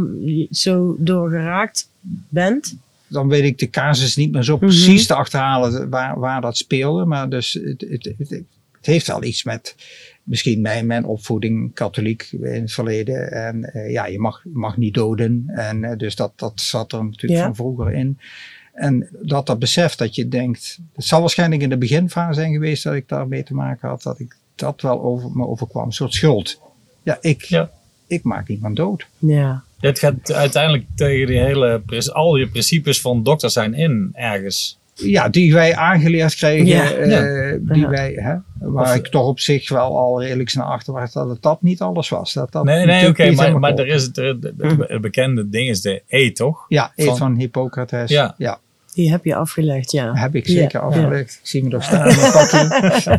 zo door geraakt bent? Dan weet ik de casus niet meer zo Mhm. precies te achterhalen waar, waar dat speelde. Maar dus het, het, het, het heeft wel iets met misschien mijn, mijn opvoeding, katholiek in het verleden. En uh, ja, je mag, mag niet doden. En uh, dus dat, dat zat er natuurlijk Ja. van vroeger in. En dat dat besef dat je denkt, het zal waarschijnlijk in de beginfase zijn geweest dat ik daarmee te maken had, dat ik dat wel over me overkwam. Een soort schuld. Ja, ik, Ja. ik maak iemand dood. Ja. Het gaat uiteindelijk tegen die hele, pres- al je principes van dokter zijn in ergens. Ja, die wij aangeleerd kregen, Ja. eh, Ja. die Ja. wij, hè, waar Of- ik toch op zich wel al redelijk snel achter was dat het dat niet alles was. Dat dat Nee, nee, natuurlijk oké, niet maar, helemaal maar er klopt. is het, er- het, het bekende ding is de E, toch? Ja, eet van- van, Hippocrates. Ja. Ja. Die heb je afgelegd, ja. Heb ik zeker Ja. afgelegd. Ik zie me nog staan in mijn pakje.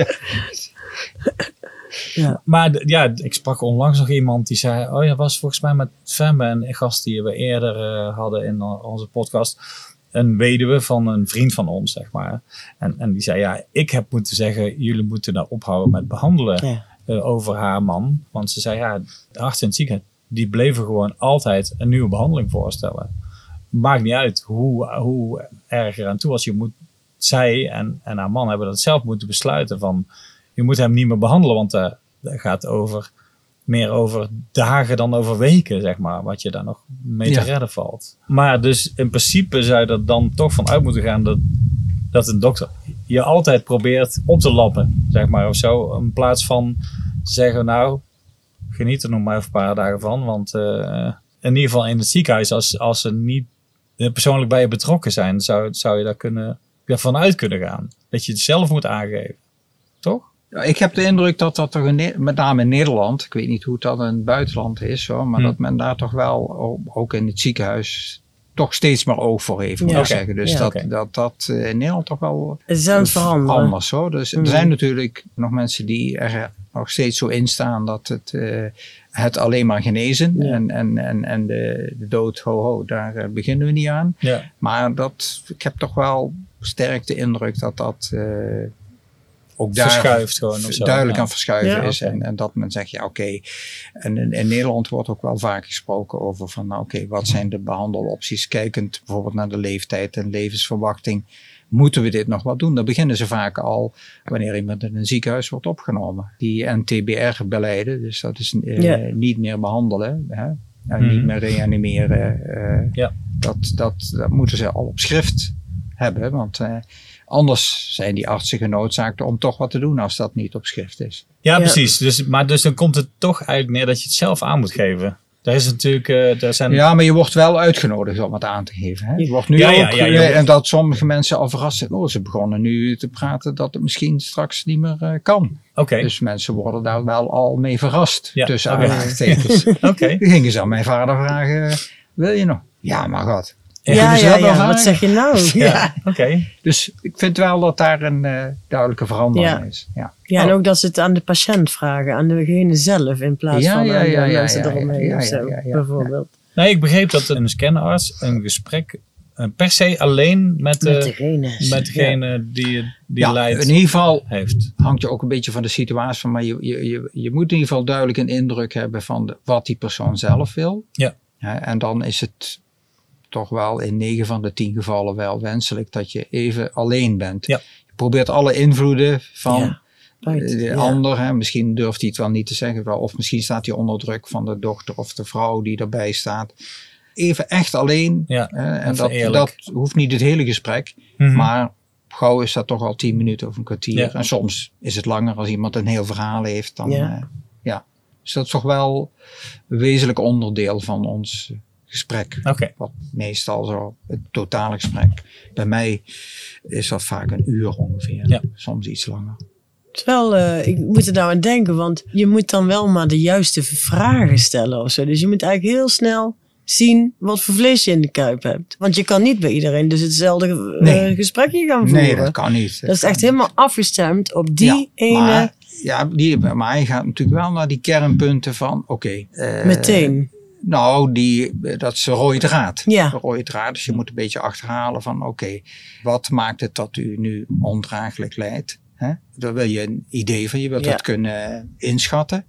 Ja. Maar d- ja, ik sprak onlangs nog iemand die zei, oh ja, was volgens mij met Fembe, een gast die we eerder uh, hadden in uh, onze podcast, een weduwe van een vriend van ons, zeg maar. En, en die zei, ja, ik heb moeten zeggen, jullie moeten nou ophouden met behandelen. Ja. uh, over haar man. Want ze zei, ja, de artsen in het ziekenhuis, die bleven gewoon altijd een nieuwe behandeling voorstellen. Maakt niet uit hoe, hoe erg eraan toe was. Je moet, zij en, en haar man hebben dat zelf moeten besluiten van, je moet hem niet meer behandelen, want uh, dat gaat over meer over dagen dan over weken, zeg maar, wat je daar nog mee te ja. redden valt. Maar dus in principe zou je er dan toch van uit moeten gaan dat, dat een dokter je altijd probeert op te lappen, zeg maar, of zo. In plaats van te zeggen, nou, geniet er nog maar even een paar dagen van. Want uh, in ieder geval in het ziekenhuis, als, als ze niet persoonlijk bij je betrokken zijn, zou, zou je daar kunnen, ervan uit kunnen gaan. Dat je het zelf moet aangeven. Toch? Ja, ik heb de indruk dat dat toch in, met name in Nederland, ik weet niet hoe het dan in het buitenland is, hoor, maar hm. dat men daar toch wel, ook in het ziekenhuis, toch steeds meer oog voor heeft, moet ja. ik okay. zeggen. Dus ja, dat, okay. dat dat in Nederland toch wel anders hoor. Dus mm. er zijn natuurlijk nog mensen die er nog steeds zo in staan dat het, uh, het alleen maar genezen ja. en, en, en, en de, de dood, ho ho, daar uh, beginnen we niet aan. Ja. Maar dat, ik heb toch wel sterk de indruk dat dat uh, ook daar verschuift gewoon of zo, duidelijk ja. aan verschuiven ja, is. Okay. En, en dat men zegt, ja oké. Okay. En in, in Nederland wordt ook wel vaak gesproken over van, nou oké, okay, wat zijn de behandelopties? Kijkend bijvoorbeeld naar de leeftijd en levensverwachting. Moeten we dit nog wat doen? Dan beginnen ze vaak al wanneer iemand in een ziekenhuis wordt opgenomen. Die N T B R-beleiden, dus dat is uh, ja. niet meer behandelen. Hè? En mm-hmm. niet meer reanimeren. Uh, ja. dat, dat, dat moeten ze al op schrift hebben, want uh, anders zijn die artsen genoodzaakt om toch wat te doen als dat niet op schrift is. Ja, ja. precies. Dus, maar dus dan komt het toch eigenlijk neer dat je het zelf aan moet geven. Daar is natuurlijk, uh, daar zijn... Ja, maar je wordt wel uitgenodigd om het aan te geven. Hè? Je wordt nu ja, ook, ja, ja, ja, en dat sommige mensen al verrast zijn. Oh, ze begonnen nu te praten dat het misschien straks niet meer uh, kan. Okay. Dus mensen worden daar wel al mee verrast. Ja, tussen okay. aanhalingstekens. Okay. Toen gingen ze aan mijn vader vragen, wil je nog? Ja, maar god. Ja, ja, ja, ja. Wat zeg je nou? Ja, ja. Oké. Okay. Dus ik vind wel dat daar een uh, duidelijke verandering ja. is. Ja. Ja, en oh. ook dat ze het aan de patiënt vragen, aan degene zelf, in plaats ja, van ja, aan de ja, ja, mensen ja, eromheen ja, ja, of zo, ja, ja, ja, bijvoorbeeld. Ja. Nee, ik begreep dat een scanarts een gesprek uh, per se alleen met, de, met degene, met degene ja. die, die ja, leidt in ieder geval heeft. Hangt je ook een beetje van de situatie van, maar je, je, je, je moet in ieder geval duidelijk een indruk hebben van de, wat die persoon zelf wil. Ja. Ja, en dan is het toch wel in negen van de tien gevallen wel wenselijk dat je even alleen bent. Ja. Je probeert alle invloeden van ja, de ja. ander, hè, misschien durft hij het wel niet te zeggen, of misschien staat hij onder druk van de dochter of de vrouw die erbij staat. Even echt alleen. Ja, hè, en dat, dat hoeft niet het hele gesprek, mm-hmm. maar gauw is dat toch al tien minuten of een kwartier. Ja. En soms is het langer als iemand een heel verhaal heeft. Dan, ja. Uh, ja. Dus dat is toch wel een wezenlijk onderdeel van ons gesprek. Okay. Wat meestal zo, het totale gesprek. Bij mij is dat vaak een uur ongeveer. Ja. Soms iets langer. Terwijl, uh, ik moet er nou aan denken, want je moet dan wel maar de juiste vragen stellen of zo. Dus je moet eigenlijk heel snel zien wat voor vlees je in de kuip hebt. Want je kan niet bij iedereen dus hetzelfde uh, nee. gesprekje gaan voeren. Nee, dat kan niet. Dat, dat is echt niet. Helemaal afgestemd op die ja, ene... Maar, ja, die, maar je gaat natuurlijk wel naar die kernpunten van, oké. Okay, uh, meteen. Nou, die, dat is een rode draad. Ja. Een rode draad, dus je moet een beetje achterhalen van, oké, okay, wat maakt het dat u nu ondraaglijk lijdt? Hè? Daar wil je een idee van, je wilt ja. dat kunnen inschatten.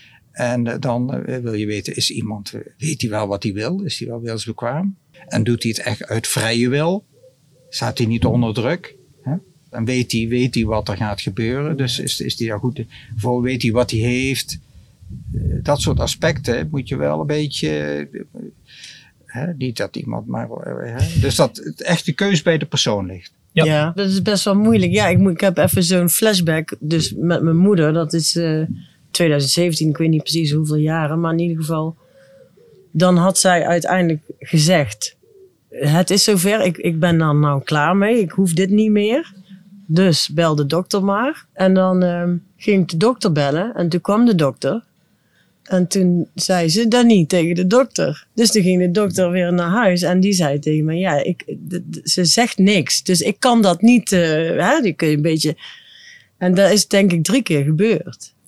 En uh, dan uh, wil je weten, is iemand, uh, weet hij wel wat hij wil? Is hij wel wilsbekwaam? En doet hij het echt uit vrije wil? Staat hij niet onder druk? Hè? Dan weet hij, weet hij wat er gaat gebeuren. Dus is, is hij daar goed voor? Weet hij wat hij heeft? Uh, dat soort aspecten moet je wel een beetje... Uh, hè? Niet dat iemand maar... Uh, hè? Dus dat het echt de keus bij de persoon ligt. Ja. ja, dat is best wel moeilijk. Ja, ik, moet, ik heb even zo'n flashback. Dus met mijn moeder, dat is uh, twintig zeventien, ik weet niet precies hoeveel jaren, maar in ieder geval. Dan had zij uiteindelijk gezegd: het is zover, ik, ik ben er nou klaar mee, ik hoef dit niet meer. Dus bel de dokter maar. En dan uh, ging ik de dokter bellen en toen kwam de dokter. En toen zei ze dat niet tegen de dokter. Dus toen ging de dokter weer naar huis. En die zei tegen me, ja, ik, d- d- ze zegt niks. Dus ik kan dat niet, uh, hè, die kun je een beetje... En dat is denk ik drie keer gebeurd.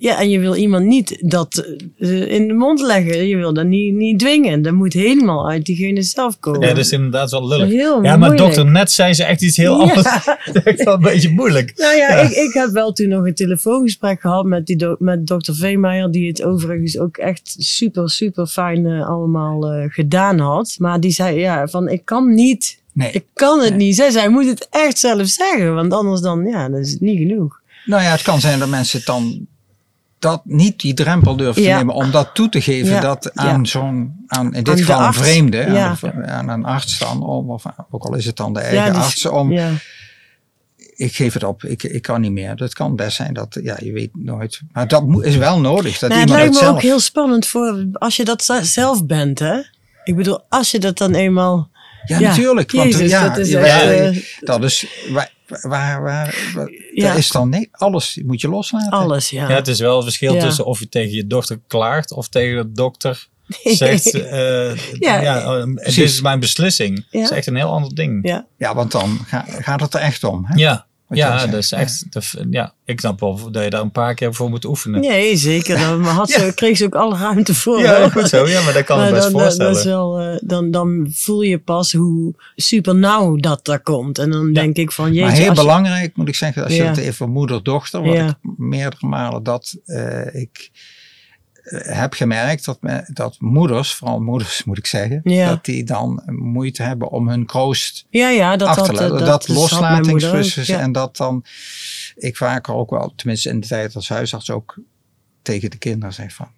Ja, en je wil iemand niet dat uh, in de mond leggen. Je wil dat niet, niet dwingen. Dat moet helemaal uit diegene zelf komen. Ja, dat is inderdaad wel lullig. Heel ja, maar moeilijk. dokter, net zei ze echt iets heel Ja. anders. Dat is echt wel een beetje moeilijk. Nou ja, Ja. Ik, ik heb wel toen nog een telefoongesprek gehad met, die do- met dokter Veemeijer, die het overigens ook echt super, super fijn uh, allemaal uh, gedaan had. Maar die zei, ja, van ik kan niet, Nee. ik kan het Nee. niet. Zij zei, je moet het echt zelf zeggen, want anders dan, ja, dan is het niet genoeg. Nou ja, het kan zijn dat mensen het dan dat niet die drempel durven Ja. te nemen om dat toe te geven Ja. dat aan Ja. zo'n, aan, in Aan dit de geval een arts. vreemde, Ja. aan, de- aan een arts dan, om, of ook al is het dan de eigen Ja, dus- arts, om Ja. ik geef het op, ik, ik kan niet meer. Dat kan best zijn, dat ja, je weet nooit. Maar dat moet- is wel nodig, dat Nou, het iemand lijkt het me zelf... ook heel spannend voor als je dat za- zelf bent, hè? Ik bedoel, als je dat dan eenmaal... Ja, Ja, natuurlijk. Want Jezus, ja, dat is je- echt, ja, eh, dat is waar, waar, waar, waar Ja. dat is dan nee, alles moet je loslaten. Alles, ja. Ja, het is wel een verschil Ja. tussen of je tegen je dochter klaagt of tegen de dokter zegt, uh, ja, Ja. uh, dit is mijn beslissing. Ja. Dat is echt een heel ander ding. Ja. Ja, want dan ga, gaat het er echt om. Hè? Ja, Wat jij ja, zegt, dat is echt, de- ja, ik snap wel dat je daar een paar keer voor moet oefenen. Nee, zeker. Dan had ze, kreeg ze ook alle ruimte voor. Ja, hoor. goed zo. Ja, maar dat kan ik Maar best dan, dat- voorstellen. dat is wel, eh, dan, dan voel je pas hoe super nauw dat daar komt. En dan denk ik van, jeetje. Maar heel als je- belangrijk moet ik zeggen, als je Ja. het even moeder-dochter, wat Ja. ik meerdere malen dat uh, ik uh, heb gemerkt dat, me, dat moeders, vooral moeders moet ik zeggen, Ja. dat die dan moeite hebben om hun kroost Ja, ja, dat af te had, laten. eh, Dat, dat, dat had mijn moeder ook, loslatingscursus ja. en dat dan ik vaker ook wel, tenminste in de tijd als huisarts ook tegen de kinderen zeg van,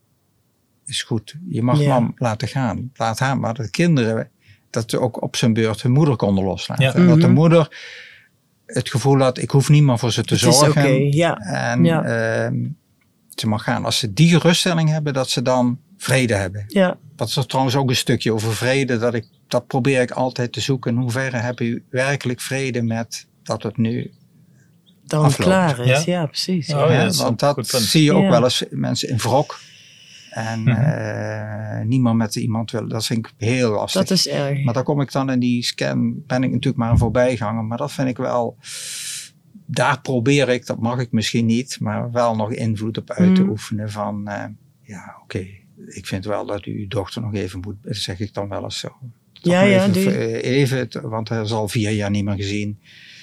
is goed, je mag Ja. mam laten gaan, laat haar, maar de kinderen, dat ze ook op zijn beurt hun moeder konden loslaten. Ja. En dat de Mhm. moeder het gevoel had, ik hoef niet meer voor ze te Het is zorgen. oké, ja. En Ja. ehm, ze mag gaan. Als ze die geruststelling hebben, dat ze dan vrede hebben. Ja, Dat is er trouwens ook een stukje over vrede. Dat, ik, dat probeer ik altijd te zoeken. In hoeverre heb u werkelijk vrede met dat het nu dan afloopt. klaar is. Ja. Ja, precies. Oh, hè? ja, dat is Want een dat goed punt. zie je ook Ja. wel eens mensen in wrok. En Mhm. eh, niemand met iemand willen. Dat vind ik heel lastig. Dat is erg. Maar dan kom ik dan in die scan, ben ik natuurlijk maar een voorbijganger. Maar dat vind ik wel, daar probeer ik, dat mag ik misschien niet, maar wel nog invloed op uit te Mm. oefenen van, uh, ja oké, okay, ik vind wel dat u uw dochter nog even moet, dat zeg ik dan wel eens zo. Toch Ja, nog ja, even, doe je. uh, even, want hij is al vier jaar niet meer gezien.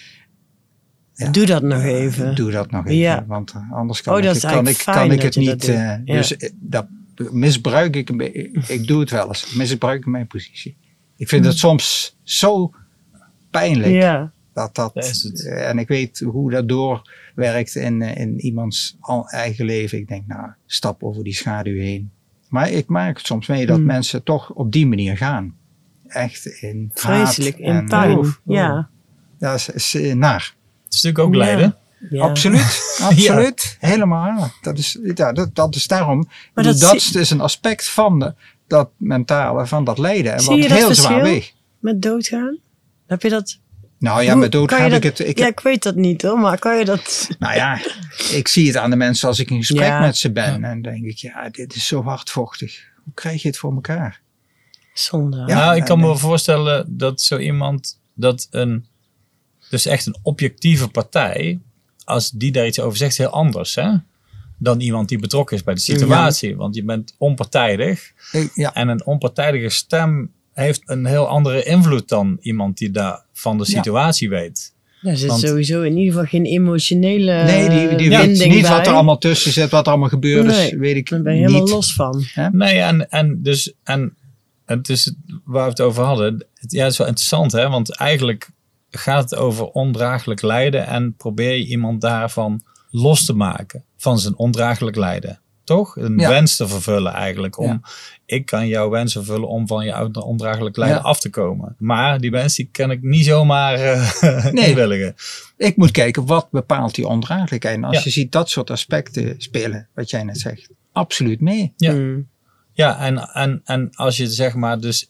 Ja, Doe dat nog even. Doe dat nog even, Ja. want anders kan Oh, dat ik, is kan eigenlijk ik, fijn kan ik dat het je dat niet. doet. Uh, Ja. Dus uh, dat misbruik ik een beetje. Ik doe het wel eens. Misbruik ik mijn positie. Ik vind het soms zo pijnlijk. Ja. Dat dat, Dat is het. uh, en ik weet hoe dat doorwerkt in, uh, in iemands al- eigen leven. Ik denk, nou, stap over die schaduw heen. Maar ik maak het soms mee dat Hmm. mensen toch op die manier gaan. Echt in Vreselijk, haat in en, pijn. oef, oef. Ja. Dat is, is uh, naar. Het is natuurlijk ook Ja. lijden. Ja. Absoluut, absoluut. Helemaal. Dat is, ja, dat, dat is daarom. Maar dat dat dat is een aspect van de, dat mentale, van dat lijden. En Zie wat je dat heel verschil? zwaar weegt. Met doodgaan? Heb je dat? Nou ja, Hoe- met dood kan je heb ik dat- het. Ik ja, heb, ik weet dat niet hoor, maar kan je dat... nou ja, ik zie het aan de mensen als ik in gesprek Ja. met ze ben. En dan denk ik, ja, dit is zo hardvochtig. Hoe krijg je het voor elkaar? Zonde. Ja. nou, ik kan me nee. wel voorstellen dat zo iemand, dat een, dus echt een objectieve partij, als die daar iets over zegt, is heel anders, hè? Dan iemand die betrokken is bij de situatie. Want je bent onpartijdig. Ik- ja, En een onpartijdige stem heeft een heel andere invloed dan iemand die daar van de Ja. situatie weet. Er zit Want- sowieso in ieder geval geen emotionele nee, die, die ja. weet binding niet bij. wat er allemaal tussen zit, wat er allemaal gebeurt. Nee, Dus weet ik Daar ben je helemaal niet. los van. Nee, en, en dus, en het is waar we het over hadden. Het, ja, het is wel interessant, hè? Want eigenlijk gaat het over ondraaglijk lijden en probeer je iemand daarvan los te maken. Van zijn ondraaglijk lijden. Toch? Een Ja. wens te vervullen eigenlijk. Om, Ja. Ik kan jouw wens vervullen om van je ondraaglijk lijden Ja. af te komen. Maar die wens die kan ik niet zomaar uh, Nee. inwilligen. Ik moet kijken, wat bepaalt die ondraaglijkheid? En als Ja. je ziet dat soort aspecten spelen, wat jij net zegt, absoluut mee. Ja. Hmm. Ja, en, en, en als je zeg maar dus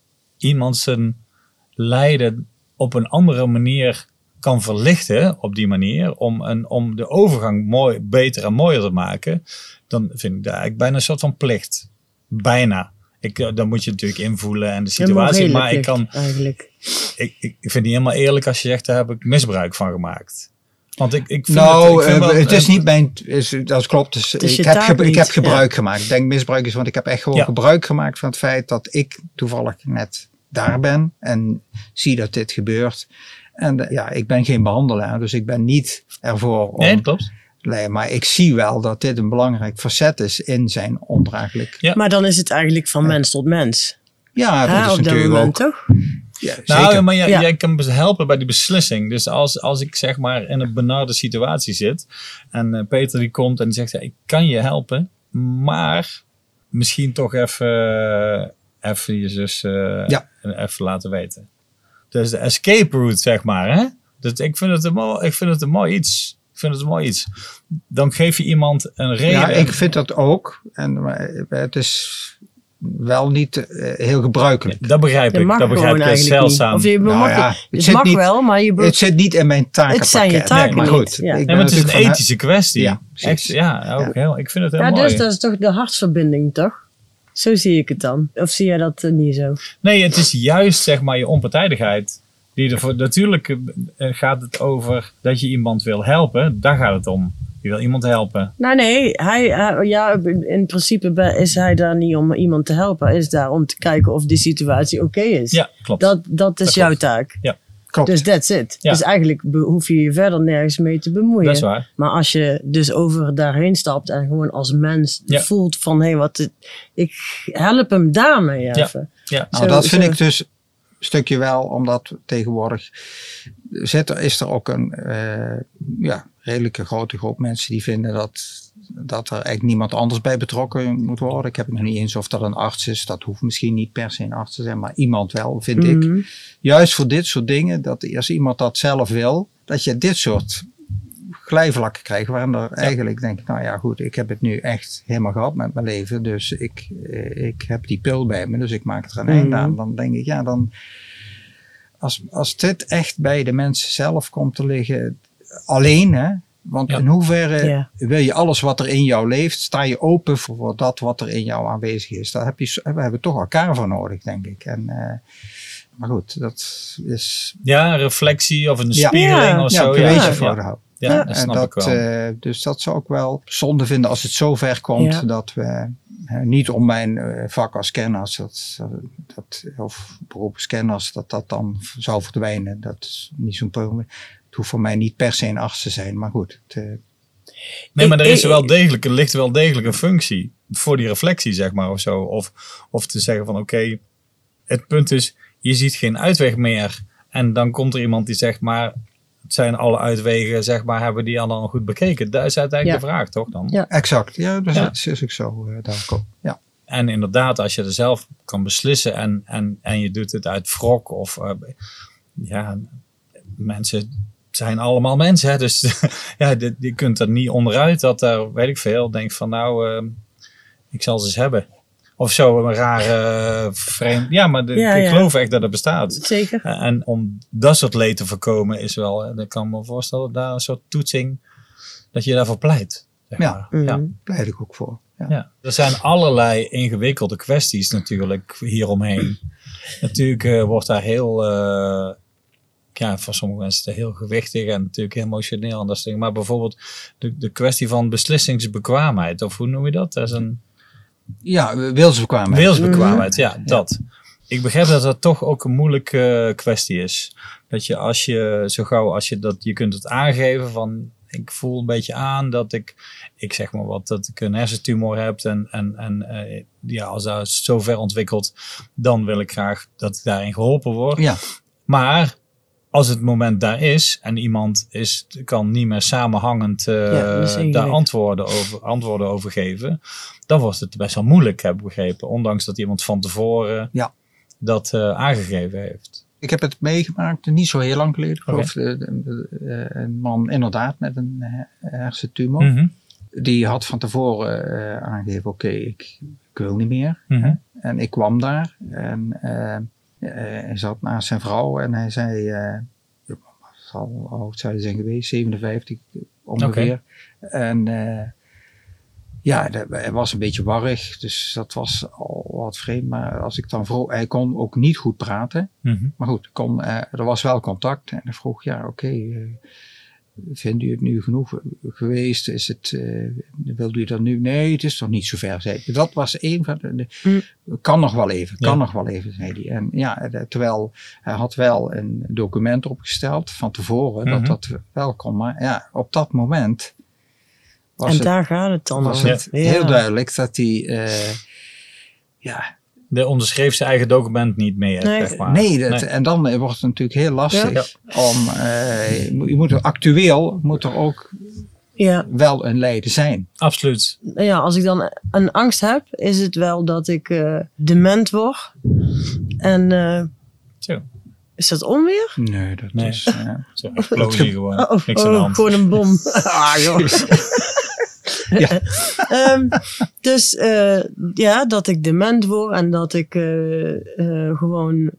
iemand zijn lijden op een andere manier kan verlichten, op die manier, om, een, om de overgang mooi, beter en mooier te maken, dan vind ik dat eigenlijk bijna een soort van plicht. Bijna. Ik, dan moet je natuurlijk invoelen en de situatie, Een maar morele ik kan, plicht, Eigenlijk. ik, ik vind het niet helemaal eerlijk als je zegt, daar heb ik misbruik van gemaakt. Want ik, ik vind nou, het, ik vind uh, wel, het is uh, niet mijn... Is, dat klopt. Dus is ik, je heb taak ge, ik niet, heb gebruik ja. gemaakt. Ik denk misbruik is, want ik heb echt gewoon Ja. gebruik gemaakt van het feit dat ik toevallig net daar ben. En zie dat dit gebeurt. En uh, ja, ik ben geen behandelaar. Dus ik ben niet ervoor om... nee, dat klopt. Nee, maar ik zie wel dat dit een belangrijk facet is in zijn ondraaglijk. Ja. Maar dan is het eigenlijk van mens tot mens. Ja, dat Hè, is op dat natuurlijk moment ook... toch? Ja, Nou, zeker. maar jij, Ja. jij kan helpen bij die beslissing. Dus als, als ik zeg maar in een benarde situatie zit en uh, Peter die komt en die zegt, ja, ik kan je helpen, maar misschien toch even, uh, even je zus uh, Ja. even laten weten. Dus de escape route, zeg maar. Hè? Dus ik vind het een mooi, ik vind het een mooi iets. Ik vind het een mooi iets. Dan geef je iemand een reden. Ja, ik vind dat ook. En maar het is wel niet uh, heel gebruikelijk. Dat begrijp Dat ik. mag Dat begrijp gewoon ik. Dat is eigenlijk niet. zeldzaam. Of je Nou mag, ja, het, het het zit mag niet- wel, maar je... Het zit niet in mijn takenpakket. Het zijn je taken maar niet, goed. ja. ik Nee, ben maar het is een natuurlijk van- ethische kwestie. Ja, precies. Echt, ja, ook Ja. heel. Ik vind het heel ja, mooi. dus dat is toch de hartsverbinding, toch? Zo zie ik het dan. Of zie jij dat uh, niet zo? Nee, het is juist zeg maar je onpartijdigheid. Die ervoor, natuurlijk uh, gaat het over dat je iemand wil helpen. Daar gaat het om. Je wil iemand helpen. Nou nee, hij, hij- ja, in principe be- is hij daar niet om iemand te helpen. Hij is daar om te kijken of die situatie oké is. Ja, klopt. Dat, dat is Dat jouw klopt. taak. Klopt. Dus that's it. Ja. Dus eigenlijk be- hoef je je verder nergens mee te bemoeien. Dat is waar. Maar als je dus over daarheen stapt en gewoon als mens Ja. voelt van... hé, wat het, ik help hem daarmee Ja. even. Ja. Nou, Zo- dat vind zo- ik dus een stukje wel, omdat tegenwoordig zit er, is er ook een uh, ja, redelijke grote groep mensen die vinden dat, dat er eigenlijk niemand anders bij betrokken moet worden. Ik heb het nog niet eens of dat een arts is. Dat hoeft misschien niet per se een arts te zijn, maar iemand wel, vind ik. Mhm. Juist voor dit soort dingen, dat als iemand dat zelf wil, dat je dit soort glijvlakken krijgt. Waarom er eigenlijk denk ik, nou ja goed, ik heb het nu echt helemaal gehad met mijn leven. Dus ik, eh, ik heb die pil bij me, dus ik maak er een eind aan. Dan denk ik, ja dan, als, als dit echt bij de mensen zelf komt te liggen, alleen hè. Want Ja. in hoeverre Ja. wil je alles wat er in jou leeft, sta je open voor dat wat er in jou aanwezig is. Daar heb je, we hebben toch elkaar voor nodig, denk ik. En, uh, maar goed, dat is... Ja, een reflectie of een Ja. spiegeling Ja. of Ja, zo. een bewijsje ja. voor Ja. de houden. Ja, Ja. dat En snap dat, ik wel. uh, dus dat zou ik wel zonde vinden als het zo ver komt Ja. dat we uh, niet om mijn uh, vak als scanners dat, dat, of beroep als scanners, dat dat dan zou verdwijnen. Dat is niet zo'n probleem. Het hoeft voor mij niet per se een arts te zijn, maar goed. Het, uh, Nee, maar er is Ik- wel degelijk, er ligt wel degelijk een functie voor die reflectie, zeg maar, of zo. Of, of te zeggen van, oké, okay, het punt is, je ziet geen uitweg meer. En dan komt er iemand die zegt, maar het zijn alle uitwegen, zeg maar, hebben die al dan goed bekeken? Dat is uiteindelijk Ja. de vraag, toch dan? Ja. exact, ja, dus Ja. dat is ook zo. Uh, daar ook. Ja. En inderdaad, als je er zelf kan beslissen en, en, en je doet het uit wrok of, uh, ja, mensen zijn allemaal mensen, hè? Dus ja, je, je kunt er niet onderuit dat er, weet ik veel, denkt van nou, uh, ik zal ze eens hebben. Of zo, een rare uh, vreemd. Ja, maar de, Ja, ik ja. geloof echt dat het bestaat. Zeker. Uh, en om dat soort leed te voorkomen is wel, uh, ik kan me voorstellen, daar een soort toetsing, dat je daarvoor pleit. Zeg Ja. maar. Mhm. Ja. Pleit ik ook voor. Ja. Ja, er zijn allerlei ingewikkelde kwesties natuurlijk hieromheen. Natuurlijk uh, wordt daar heel, uh, ja, voor sommige mensen heel gewichtig en natuurlijk emotioneel en dat soort dingen. Maar bijvoorbeeld de, de kwestie van beslissingsbekwaamheid, of hoe noem je dat? Dat is een Ja, wilsbekwaamheid. wilsbekwaamheid, ja, dat. Ik begrijp dat dat toch ook een moeilijke uh, kwestie is. Dat je als je zo gauw als je dat, je kunt het aangeven van, ik voel een beetje aan dat ik, ik zeg maar wat, dat ik een hersentumor heb en, en, en uh, ja, als dat zo ver ontwikkelt, dan wil ik graag dat ik daarin geholpen word. Ja. Maar als het moment daar is en iemand is, kan niet meer samenhangend uh, Ja, dat is daar ingewikkeld. antwoorden over, antwoorden over geven, dan wordt het best wel moeilijk, heb ik begrepen. Ondanks dat iemand van tevoren Ja. dat uh, aangegeven heeft. Ik heb het meegemaakt, niet zo heel lang geleden. Ik Oké. geloof uh, uh, een man inderdaad met een uh, hersentumor. Mm-hmm. Die had van tevoren uh, aangegeven, oké, okay, ik, ik wil niet meer. Mm-hmm. Hè? En ik kwam daar en uh, uh, hij zat naast zijn vrouw en hij zei, uh, wat zal oud zou hij zijn geweest, zevenenvijftig ongeveer. Okay. En uh, ja, de, hij was een beetje warrig, dus dat was al wat vreemd. Maar als ik dan vroeg, hij kon ook niet goed praten. Mm-hmm. Maar goed, kon, uh, er was wel contact. En hij vroeg, ja, oké, okay, uh, vindt u het nu genoeg geweest? Is het, uh, wilt u dat nu? Nee, het is toch niet zo ver, zei hij. Dat was een van de, de mm. kan nog wel even, kan ja. nog wel even, zei hij. En ja, terwijl hij had wel een document opgesteld van tevoren, mm-hmm. dat dat wel kon. Maar ja, op dat moment was en het, daar gaat het dan was om. het ja. heel duidelijk dat hij, uh, ja... De onderschreef zijn eigen document niet meer. Nee, zeg maar. nee, dat, nee, en dan wordt het natuurlijk heel lastig. Ja. Om, uh, je moet er actueel moet er ook ja. wel een leider zijn. Absoluut. Ja, als ik dan een angst heb, is het wel dat ik uh, dement word. En uh, Zo. Is dat onweer? Nee, dat nee. is... Uh, Zo, explosie gewoon. Oh, Niks aan de hand. Gewoon een bom. ah, joh. Ja. um, dus uh, ja, dat ik dement word en dat ik uh, uh, gewoon,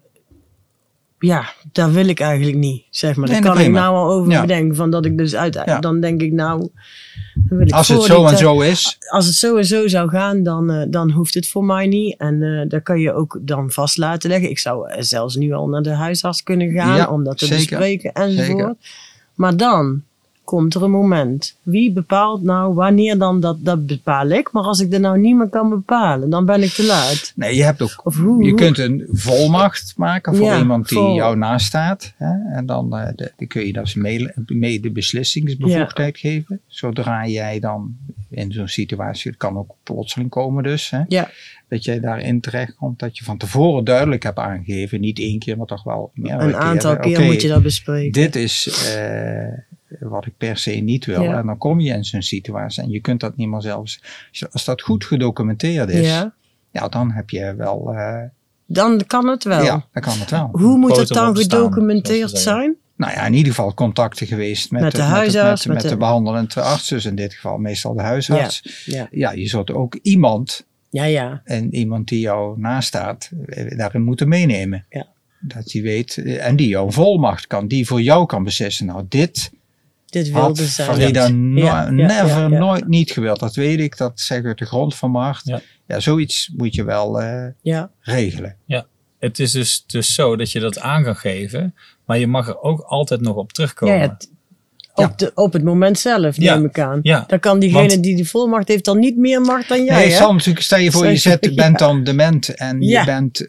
ja, daar wil ik eigenlijk niet, zeg maar. Daar nee, kan ik nou al over ja. bedenken, van dat ik dus uit, ja. dan denk ik nou, wil ik als het zo en zo is. Als het zo en zo zou gaan, dan, uh, dan hoeft het voor mij niet. En uh, daar kan je ook dan vast laten leggen. Ik zou uh, zelfs nu al naar de huisarts kunnen gaan, ja, om dat te zeker. bespreken enzovoort. Zeker. Maar dan komt er een moment. Wie bepaalt nou wanneer dan dat, dat bepaal ik. Maar als ik dat nou niet meer kan bepalen, dan ben ik te laat. Nee, je hebt ook, of hoe, je hoe? kunt een volmacht maken voor ja, iemand die vol. jou naast staat. Hè? En dan, uh, de, dan kun je dat mee, mee de beslissingsbevoegdheid ja. geven. Zodra jij dan in zo'n situatie, het kan ook plotseling komen dus. Hè? Ja. Dat jij daarin terechtkomt, dat je van tevoren duidelijk hebt aangegeven. Niet één keer, maar toch wel meerdere Een aantal keer, keer okay, moet je dat bespreken. Dit is uh, wat ik per se niet wil. Ja. En dan kom je in zo'n situatie en je kunt dat niet meer zelfs. Als dat goed gedocumenteerd is, ja, ja dan heb je wel. Uh, dan kan het wel. Ja, dan kan het wel. Hoe moet het dan gedocumenteerd staan, zijn? Nou ja, in ieder geval contacten geweest met, met de, de, huisarts, met, de, met, met de, de behandelende arts. Dus in dit geval meestal de huisarts. Ja, ja. ja je zult ook iemand. Ja, ja. En iemand die jou nastaat, daarin moeten meenemen. Ja. Dat die weet, en die jou een volmacht kan, die voor jou kan beslissen. Nou, dit, dit wilde zijn. Farida ja. no- ja, never, ja, ja. nooit niet gewild. Dat weet ik, dat zeg ik uit de grond van mijn hart. Ja, ja zoiets moet je wel uh, ja. regelen. Ja, het is dus, dus zo dat je dat aan kan geven, maar je mag er ook altijd nog op terugkomen. Ja, het, Op, de, op het moment zelf, ja. neem ik aan. Ja. Dan kan diegene Want, die die volmacht heeft dan niet meer macht dan jij. Nee, hè? Sam, natuurlijk, stel je voor, je zet, bent dan dement en ja. je bent,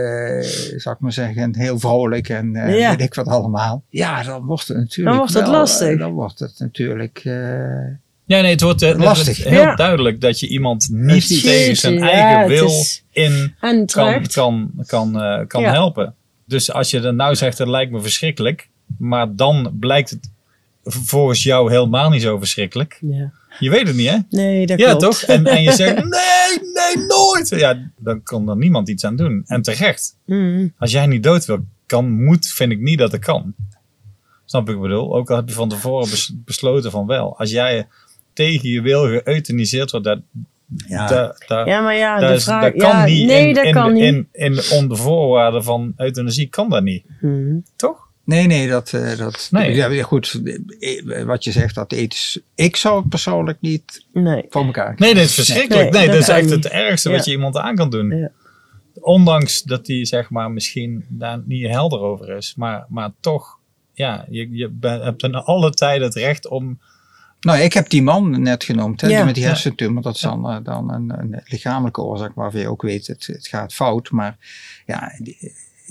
uh, zou ik maar zeggen, heel vrolijk en uh, ja. weet ik wat allemaal. Ja, dan wordt het natuurlijk Dan wordt het wel, lastig. Uh, dan wordt het natuurlijk uh, ja, nee, het wordt uh, lastig. Het heel ja. duidelijk dat je iemand niet Jeetje, tegen zijn ja, eigen wil in kan, kan, kan, uh, kan ja. helpen. Dus als je dan nou zegt, dat lijkt me verschrikkelijk, maar dan blijkt het volgens jou helemaal niet zo verschrikkelijk. Ja. Je weet het niet, hè? Nee, dat ja, klopt. Ja, toch? En, en je zegt, nee, nee, nooit. Ja, dan kan er niemand iets aan doen. En terecht. Mm. Als jij niet dood wil, kan, moet, vind ik niet dat het kan. Snap ik bedoel? Ook al heb je van tevoren bes- besloten van wel. Als jij tegen je wil geëuthaniseerd wordt, dat, ja. Da, da, ja, maar ja, da, de vraag, dat kan ja, niet. Nee, in, dat in, kan in, niet. In, in, in, onder voorwaarden van euthanasie kan dat niet. Mm. Toch? Nee, nee, dat, uh, dat nee. Ja, goed, wat je zegt, dat ethisch, ik zou het persoonlijk niet nee. voor elkaar. Nee, dat is verschrikkelijk. Nee, nee dat, dat is echt niet. Het ergste ja. wat je iemand aan kan doen. Ja. Ondanks dat die, zeg maar, misschien daar niet helder over is. Maar, maar toch, ja, je, je hebt in alle tijden het recht om. Nou, ik heb die man net genoemd, hè, ja. die met die hersentumor. Dat is dan, uh, dan een, een lichamelijke oorzaak waarvan je ook weet, het, het gaat fout. Maar ja, die,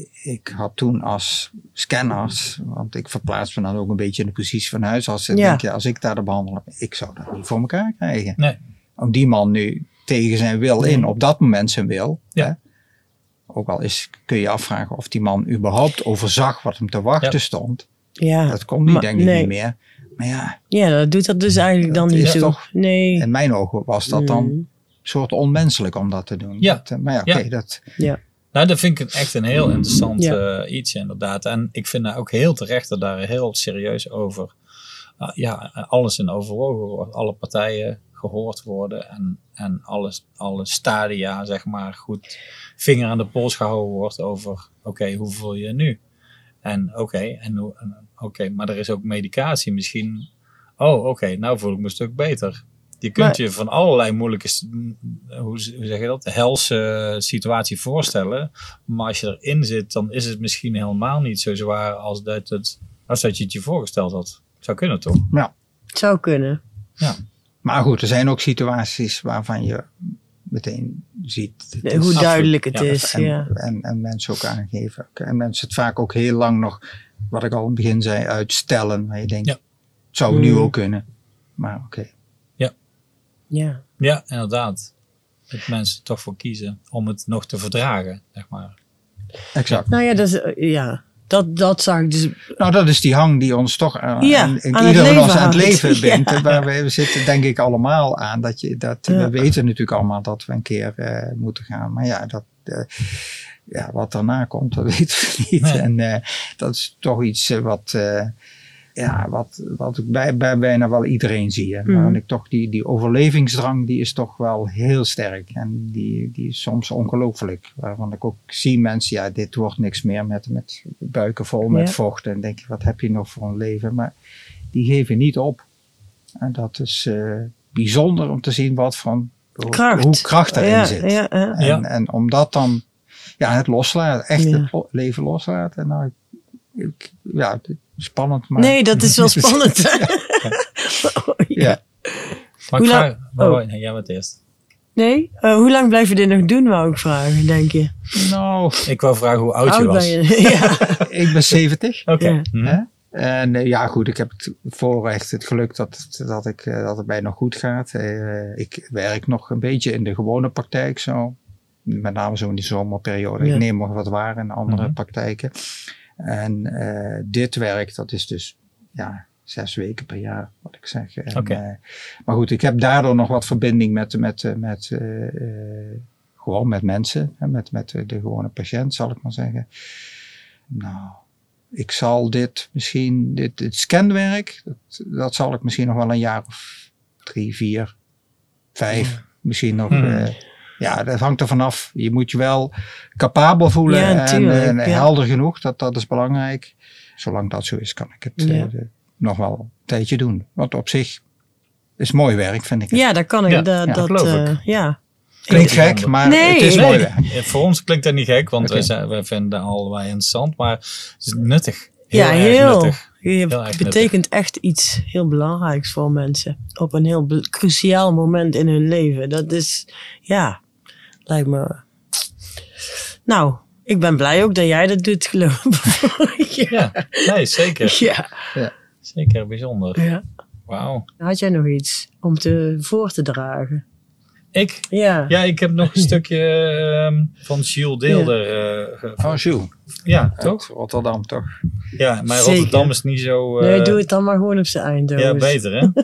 ik had toen als scanners, want ik verplaats me dan ook een beetje in de positie van huisarts. En ja. denk je, als ik daar de behandeling heb, ik zou dat niet voor elkaar krijgen. Nee. Om die man nu tegen zijn wil in, nee. op dat moment zijn wil. Ja. Hè? Ook al is, kun je afvragen of die man überhaupt overzag wat hem te wachten ja. stond. Ja. Dat komt niet, denk ik, nee. niet meer. Maar ja. Ja, dat doet dat dus eigenlijk dan niet zo. Toch, nee. In mijn ogen was dat dan een soort onmenselijk om dat te doen. Ja. Dat, maar ja, oké, okay, ja. dat... Ja. Nou, dat vind ik echt een heel interessant ja. uh, iets inderdaad. En ik vind daar ook heel terecht dat daar heel serieus over uh, ja, alles in overwogen wordt. Alle partijen gehoord worden en, en alles, alle stadia, zeg maar, goed vinger aan de pols gehouden wordt over, oké, okay, hoe voel je je nu? En oké, okay, en hoe, oké, okay, maar er is ook medicatie misschien. Oh, oké, okay, nou voel ik me een stuk beter. Je kunt maar, je van allerlei moeilijke, hoe, hoe zeg je dat, helse situatie voorstellen. Maar als je erin zit, dan is het misschien helemaal niet zo zwaar als dat, het, als dat je het je voorgesteld had. Zou kunnen, toch? Ja. Zou kunnen. Ja. Maar goed, er zijn ook situaties waarvan je meteen ziet het Hoe is- duidelijk het Ja, is. en, Ja. en, en mensen ook aangeven. En mensen het vaak ook heel lang nog, wat ik al in het begin zei, uitstellen. Waar je denkt, Ja. het zou nu Mm. ook kunnen. Maar oké. Ja. Ja, inderdaad. Dat mensen er toch voor kiezen om het nog te verdragen, zeg maar. Exact. Nou ja, dat, is, eh, ja. Dat, dat zag ik dus. Nou, dat is die hang die ons toch aan, Ja, aan, aan het ieder van leven ons aan het houdt. leven Ja. bindt. En Waar we, we zitten denk ik allemaal aan. Dat je, dat, Ja. We weten natuurlijk allemaal dat we een keer uh, moeten gaan. Maar ja, dat, uh, ja, wat daarna komt, dat weten we niet. Nee. En uh, dat is toch iets uh, wat, uh, ja, wat, wat ik bij, bij bijna wel iedereen zie. Hè. Mhm. Maar ik toch die, die overlevingsdrang, die is toch wel heel sterk. En die, die is soms ongelooflijk. Waarvan ik ook zie mensen, ja, dit wordt niks meer met, met buiken vol met Ja. vocht. En denk je, wat heb je nog voor een leven? Maar die geven niet op. En dat is uh, bijzonder om te zien wat van hoe Kracht. hoe kracht erin ja, zit. Ja, ja. En, Ja. en om dat dan, ja, het loslaten, echt Ja. het lo- leven loslaten. Nou, ik, ja, het is spannend, maar... Nee, dat is wel spannend. Oh, ja. Ja. Maar Hoe ik lang- vraag, oh. oh. nee, jij bent eerst. Nee? Uh, hoe lang blijf je dit nog doen, wou ik vragen, denk je? Nou, Ik wou vragen hoe oud, je Oud was. ben je? Ja. ik ben zeventig. Oké. Ja. Hm. Hè? En uh, ja, goed, ik heb het voorrecht, het geluk dat, dat, ik, uh, dat het mij nog goed gaat. Uh, ik werk nog een beetje in de gewone praktijk zo. Met name zo in die zomerperiode. Ja. Ik neem nog wat waar in andere Mhm. praktijken. En uh, dit werk, dat is dus ja, zes weken per jaar, wat ik zeg. En, Oké. uh, maar goed, ik heb daardoor nog wat verbinding met, met, met, uh, uh, gewoon met mensen. Hè, met, met de gewone patiënt, zal ik maar zeggen. Nou... Ik zal dit misschien, dit, dit scanwerk, dat, dat zal ik misschien nog wel een jaar of drie, vier, vijf, Ja. misschien nog. Hmm. Uh, ja, dat hangt er vanaf. Je moet je wel capabel voelen Ja, en, natuurlijk, en ja. helder genoeg. Dat, dat is belangrijk. Zolang dat zo is, kan ik het Ja. uh, de, nog wel een tijdje doen. Want op zich is mooi werk, vind ik het. Ja, dat kan ik. Ja, dat, ja, dat, geloof ik. uh, ja. Klinkt Ik- gek, maar Nee, het is nee. mooi werk. Eh, Voor ons klinkt dat niet gek, want Oké. wij, zijn, wij vinden het al wel interessant, maar het is nuttig. Heel ja, erg heel. nuttig. Je Heel erg betekent echt iets heel belangrijks voor mensen. Op een heel be- cruciaal moment in hun leven. Dat is, ja, lijkt me... Nou, ik ben blij ook dat jij dat doet, geloof ik. ja. Ja, nee, zeker. Ja. Zeker bijzonder. ja. Wauw. Had jij nog iets om te, voor te dragen? Ik? Ja. Ja, ik heb nog een stukje ehm, van Jules Deelder. eh, ge- Oh, Jules. ja, toch? Uit Rotterdam, toch? Ja, maar Zeker. Rotterdam is niet zo... eh, Nee, doe het dan maar gewoon op zijn eind. Ja, beter hè?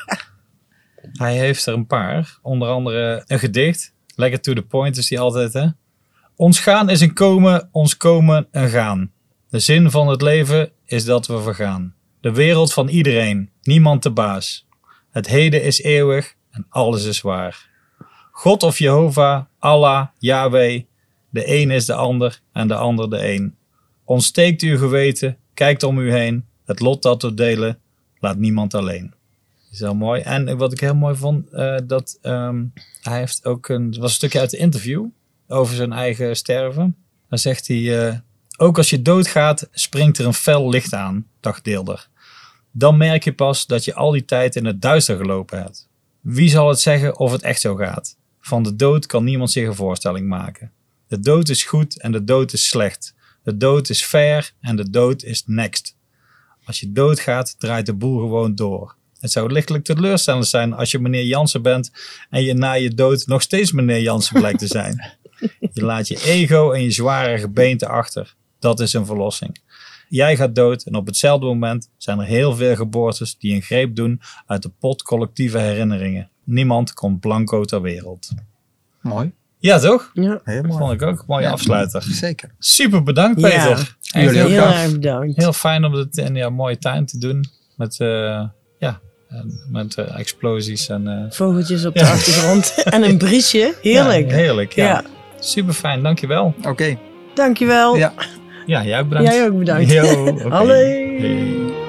Hij heeft er een paar. Onder andere een gedicht. Lekker to the point is die altijd hè. Ons gaan is een komen, ons komen een gaan. De zin van het leven is dat we vergaan. De wereld van iedereen, niemand de baas. Het heden is eeuwig en alles is waar. God of Jehovah, Allah, Yahweh. De een is de ander en de ander de een. Ontsteekt uw geweten, kijkt om u heen. Het lot dat we delen, laat niemand alleen. Dat is heel mooi. En wat ik heel mooi vond, uh, dat um, hij heeft ook een, het was een stukje uit de interview over zijn eigen sterven. Dan zegt hij, uh, ook als je doodgaat, springt er een fel licht aan, dacht Deelder. Dan merk je pas dat je al die tijd in het duister gelopen hebt. Wie zal het zeggen of het echt zo gaat? Van de dood kan niemand zich een voorstelling maken. De dood is goed en de dood is slecht. De dood is fair en de dood is next. Als je doodgaat, draait de boel gewoon door. Het zou lichtelijk teleurstellend zijn als je meneer Jansen bent en je na je dood nog steeds meneer Jansen blijkt te zijn. Je laat je ego en je zware gebeente achter. Dat is een verlossing. Jij gaat dood en op hetzelfde moment zijn er heel veel geboortes die een greep doen uit de pot collectieve herinneringen. Niemand komt blanco ter wereld. Mooi. Ja, toch? Ja. Heel Dat mooi. vond ik ook een mooie Ja, afsluiter. Zeker. Super bedankt, Ja. Peter. Echt Jullie heel, ook. Heel gaaf. erg bedankt. Heel fijn om het in ja, mooie tuin te doen. Met, uh, ja, met uh, explosies. En, uh, Vogeltjes op de Ja. achtergrond. En een briesje. Heerlijk. Ja, heerlijk, ja. Ja. Super fijn, dankjewel. Oké. Okay. Dankjewel. Ja. Ja, jij ook bedankt. Jij ook bedankt. Yo, okay. Allee. Hey.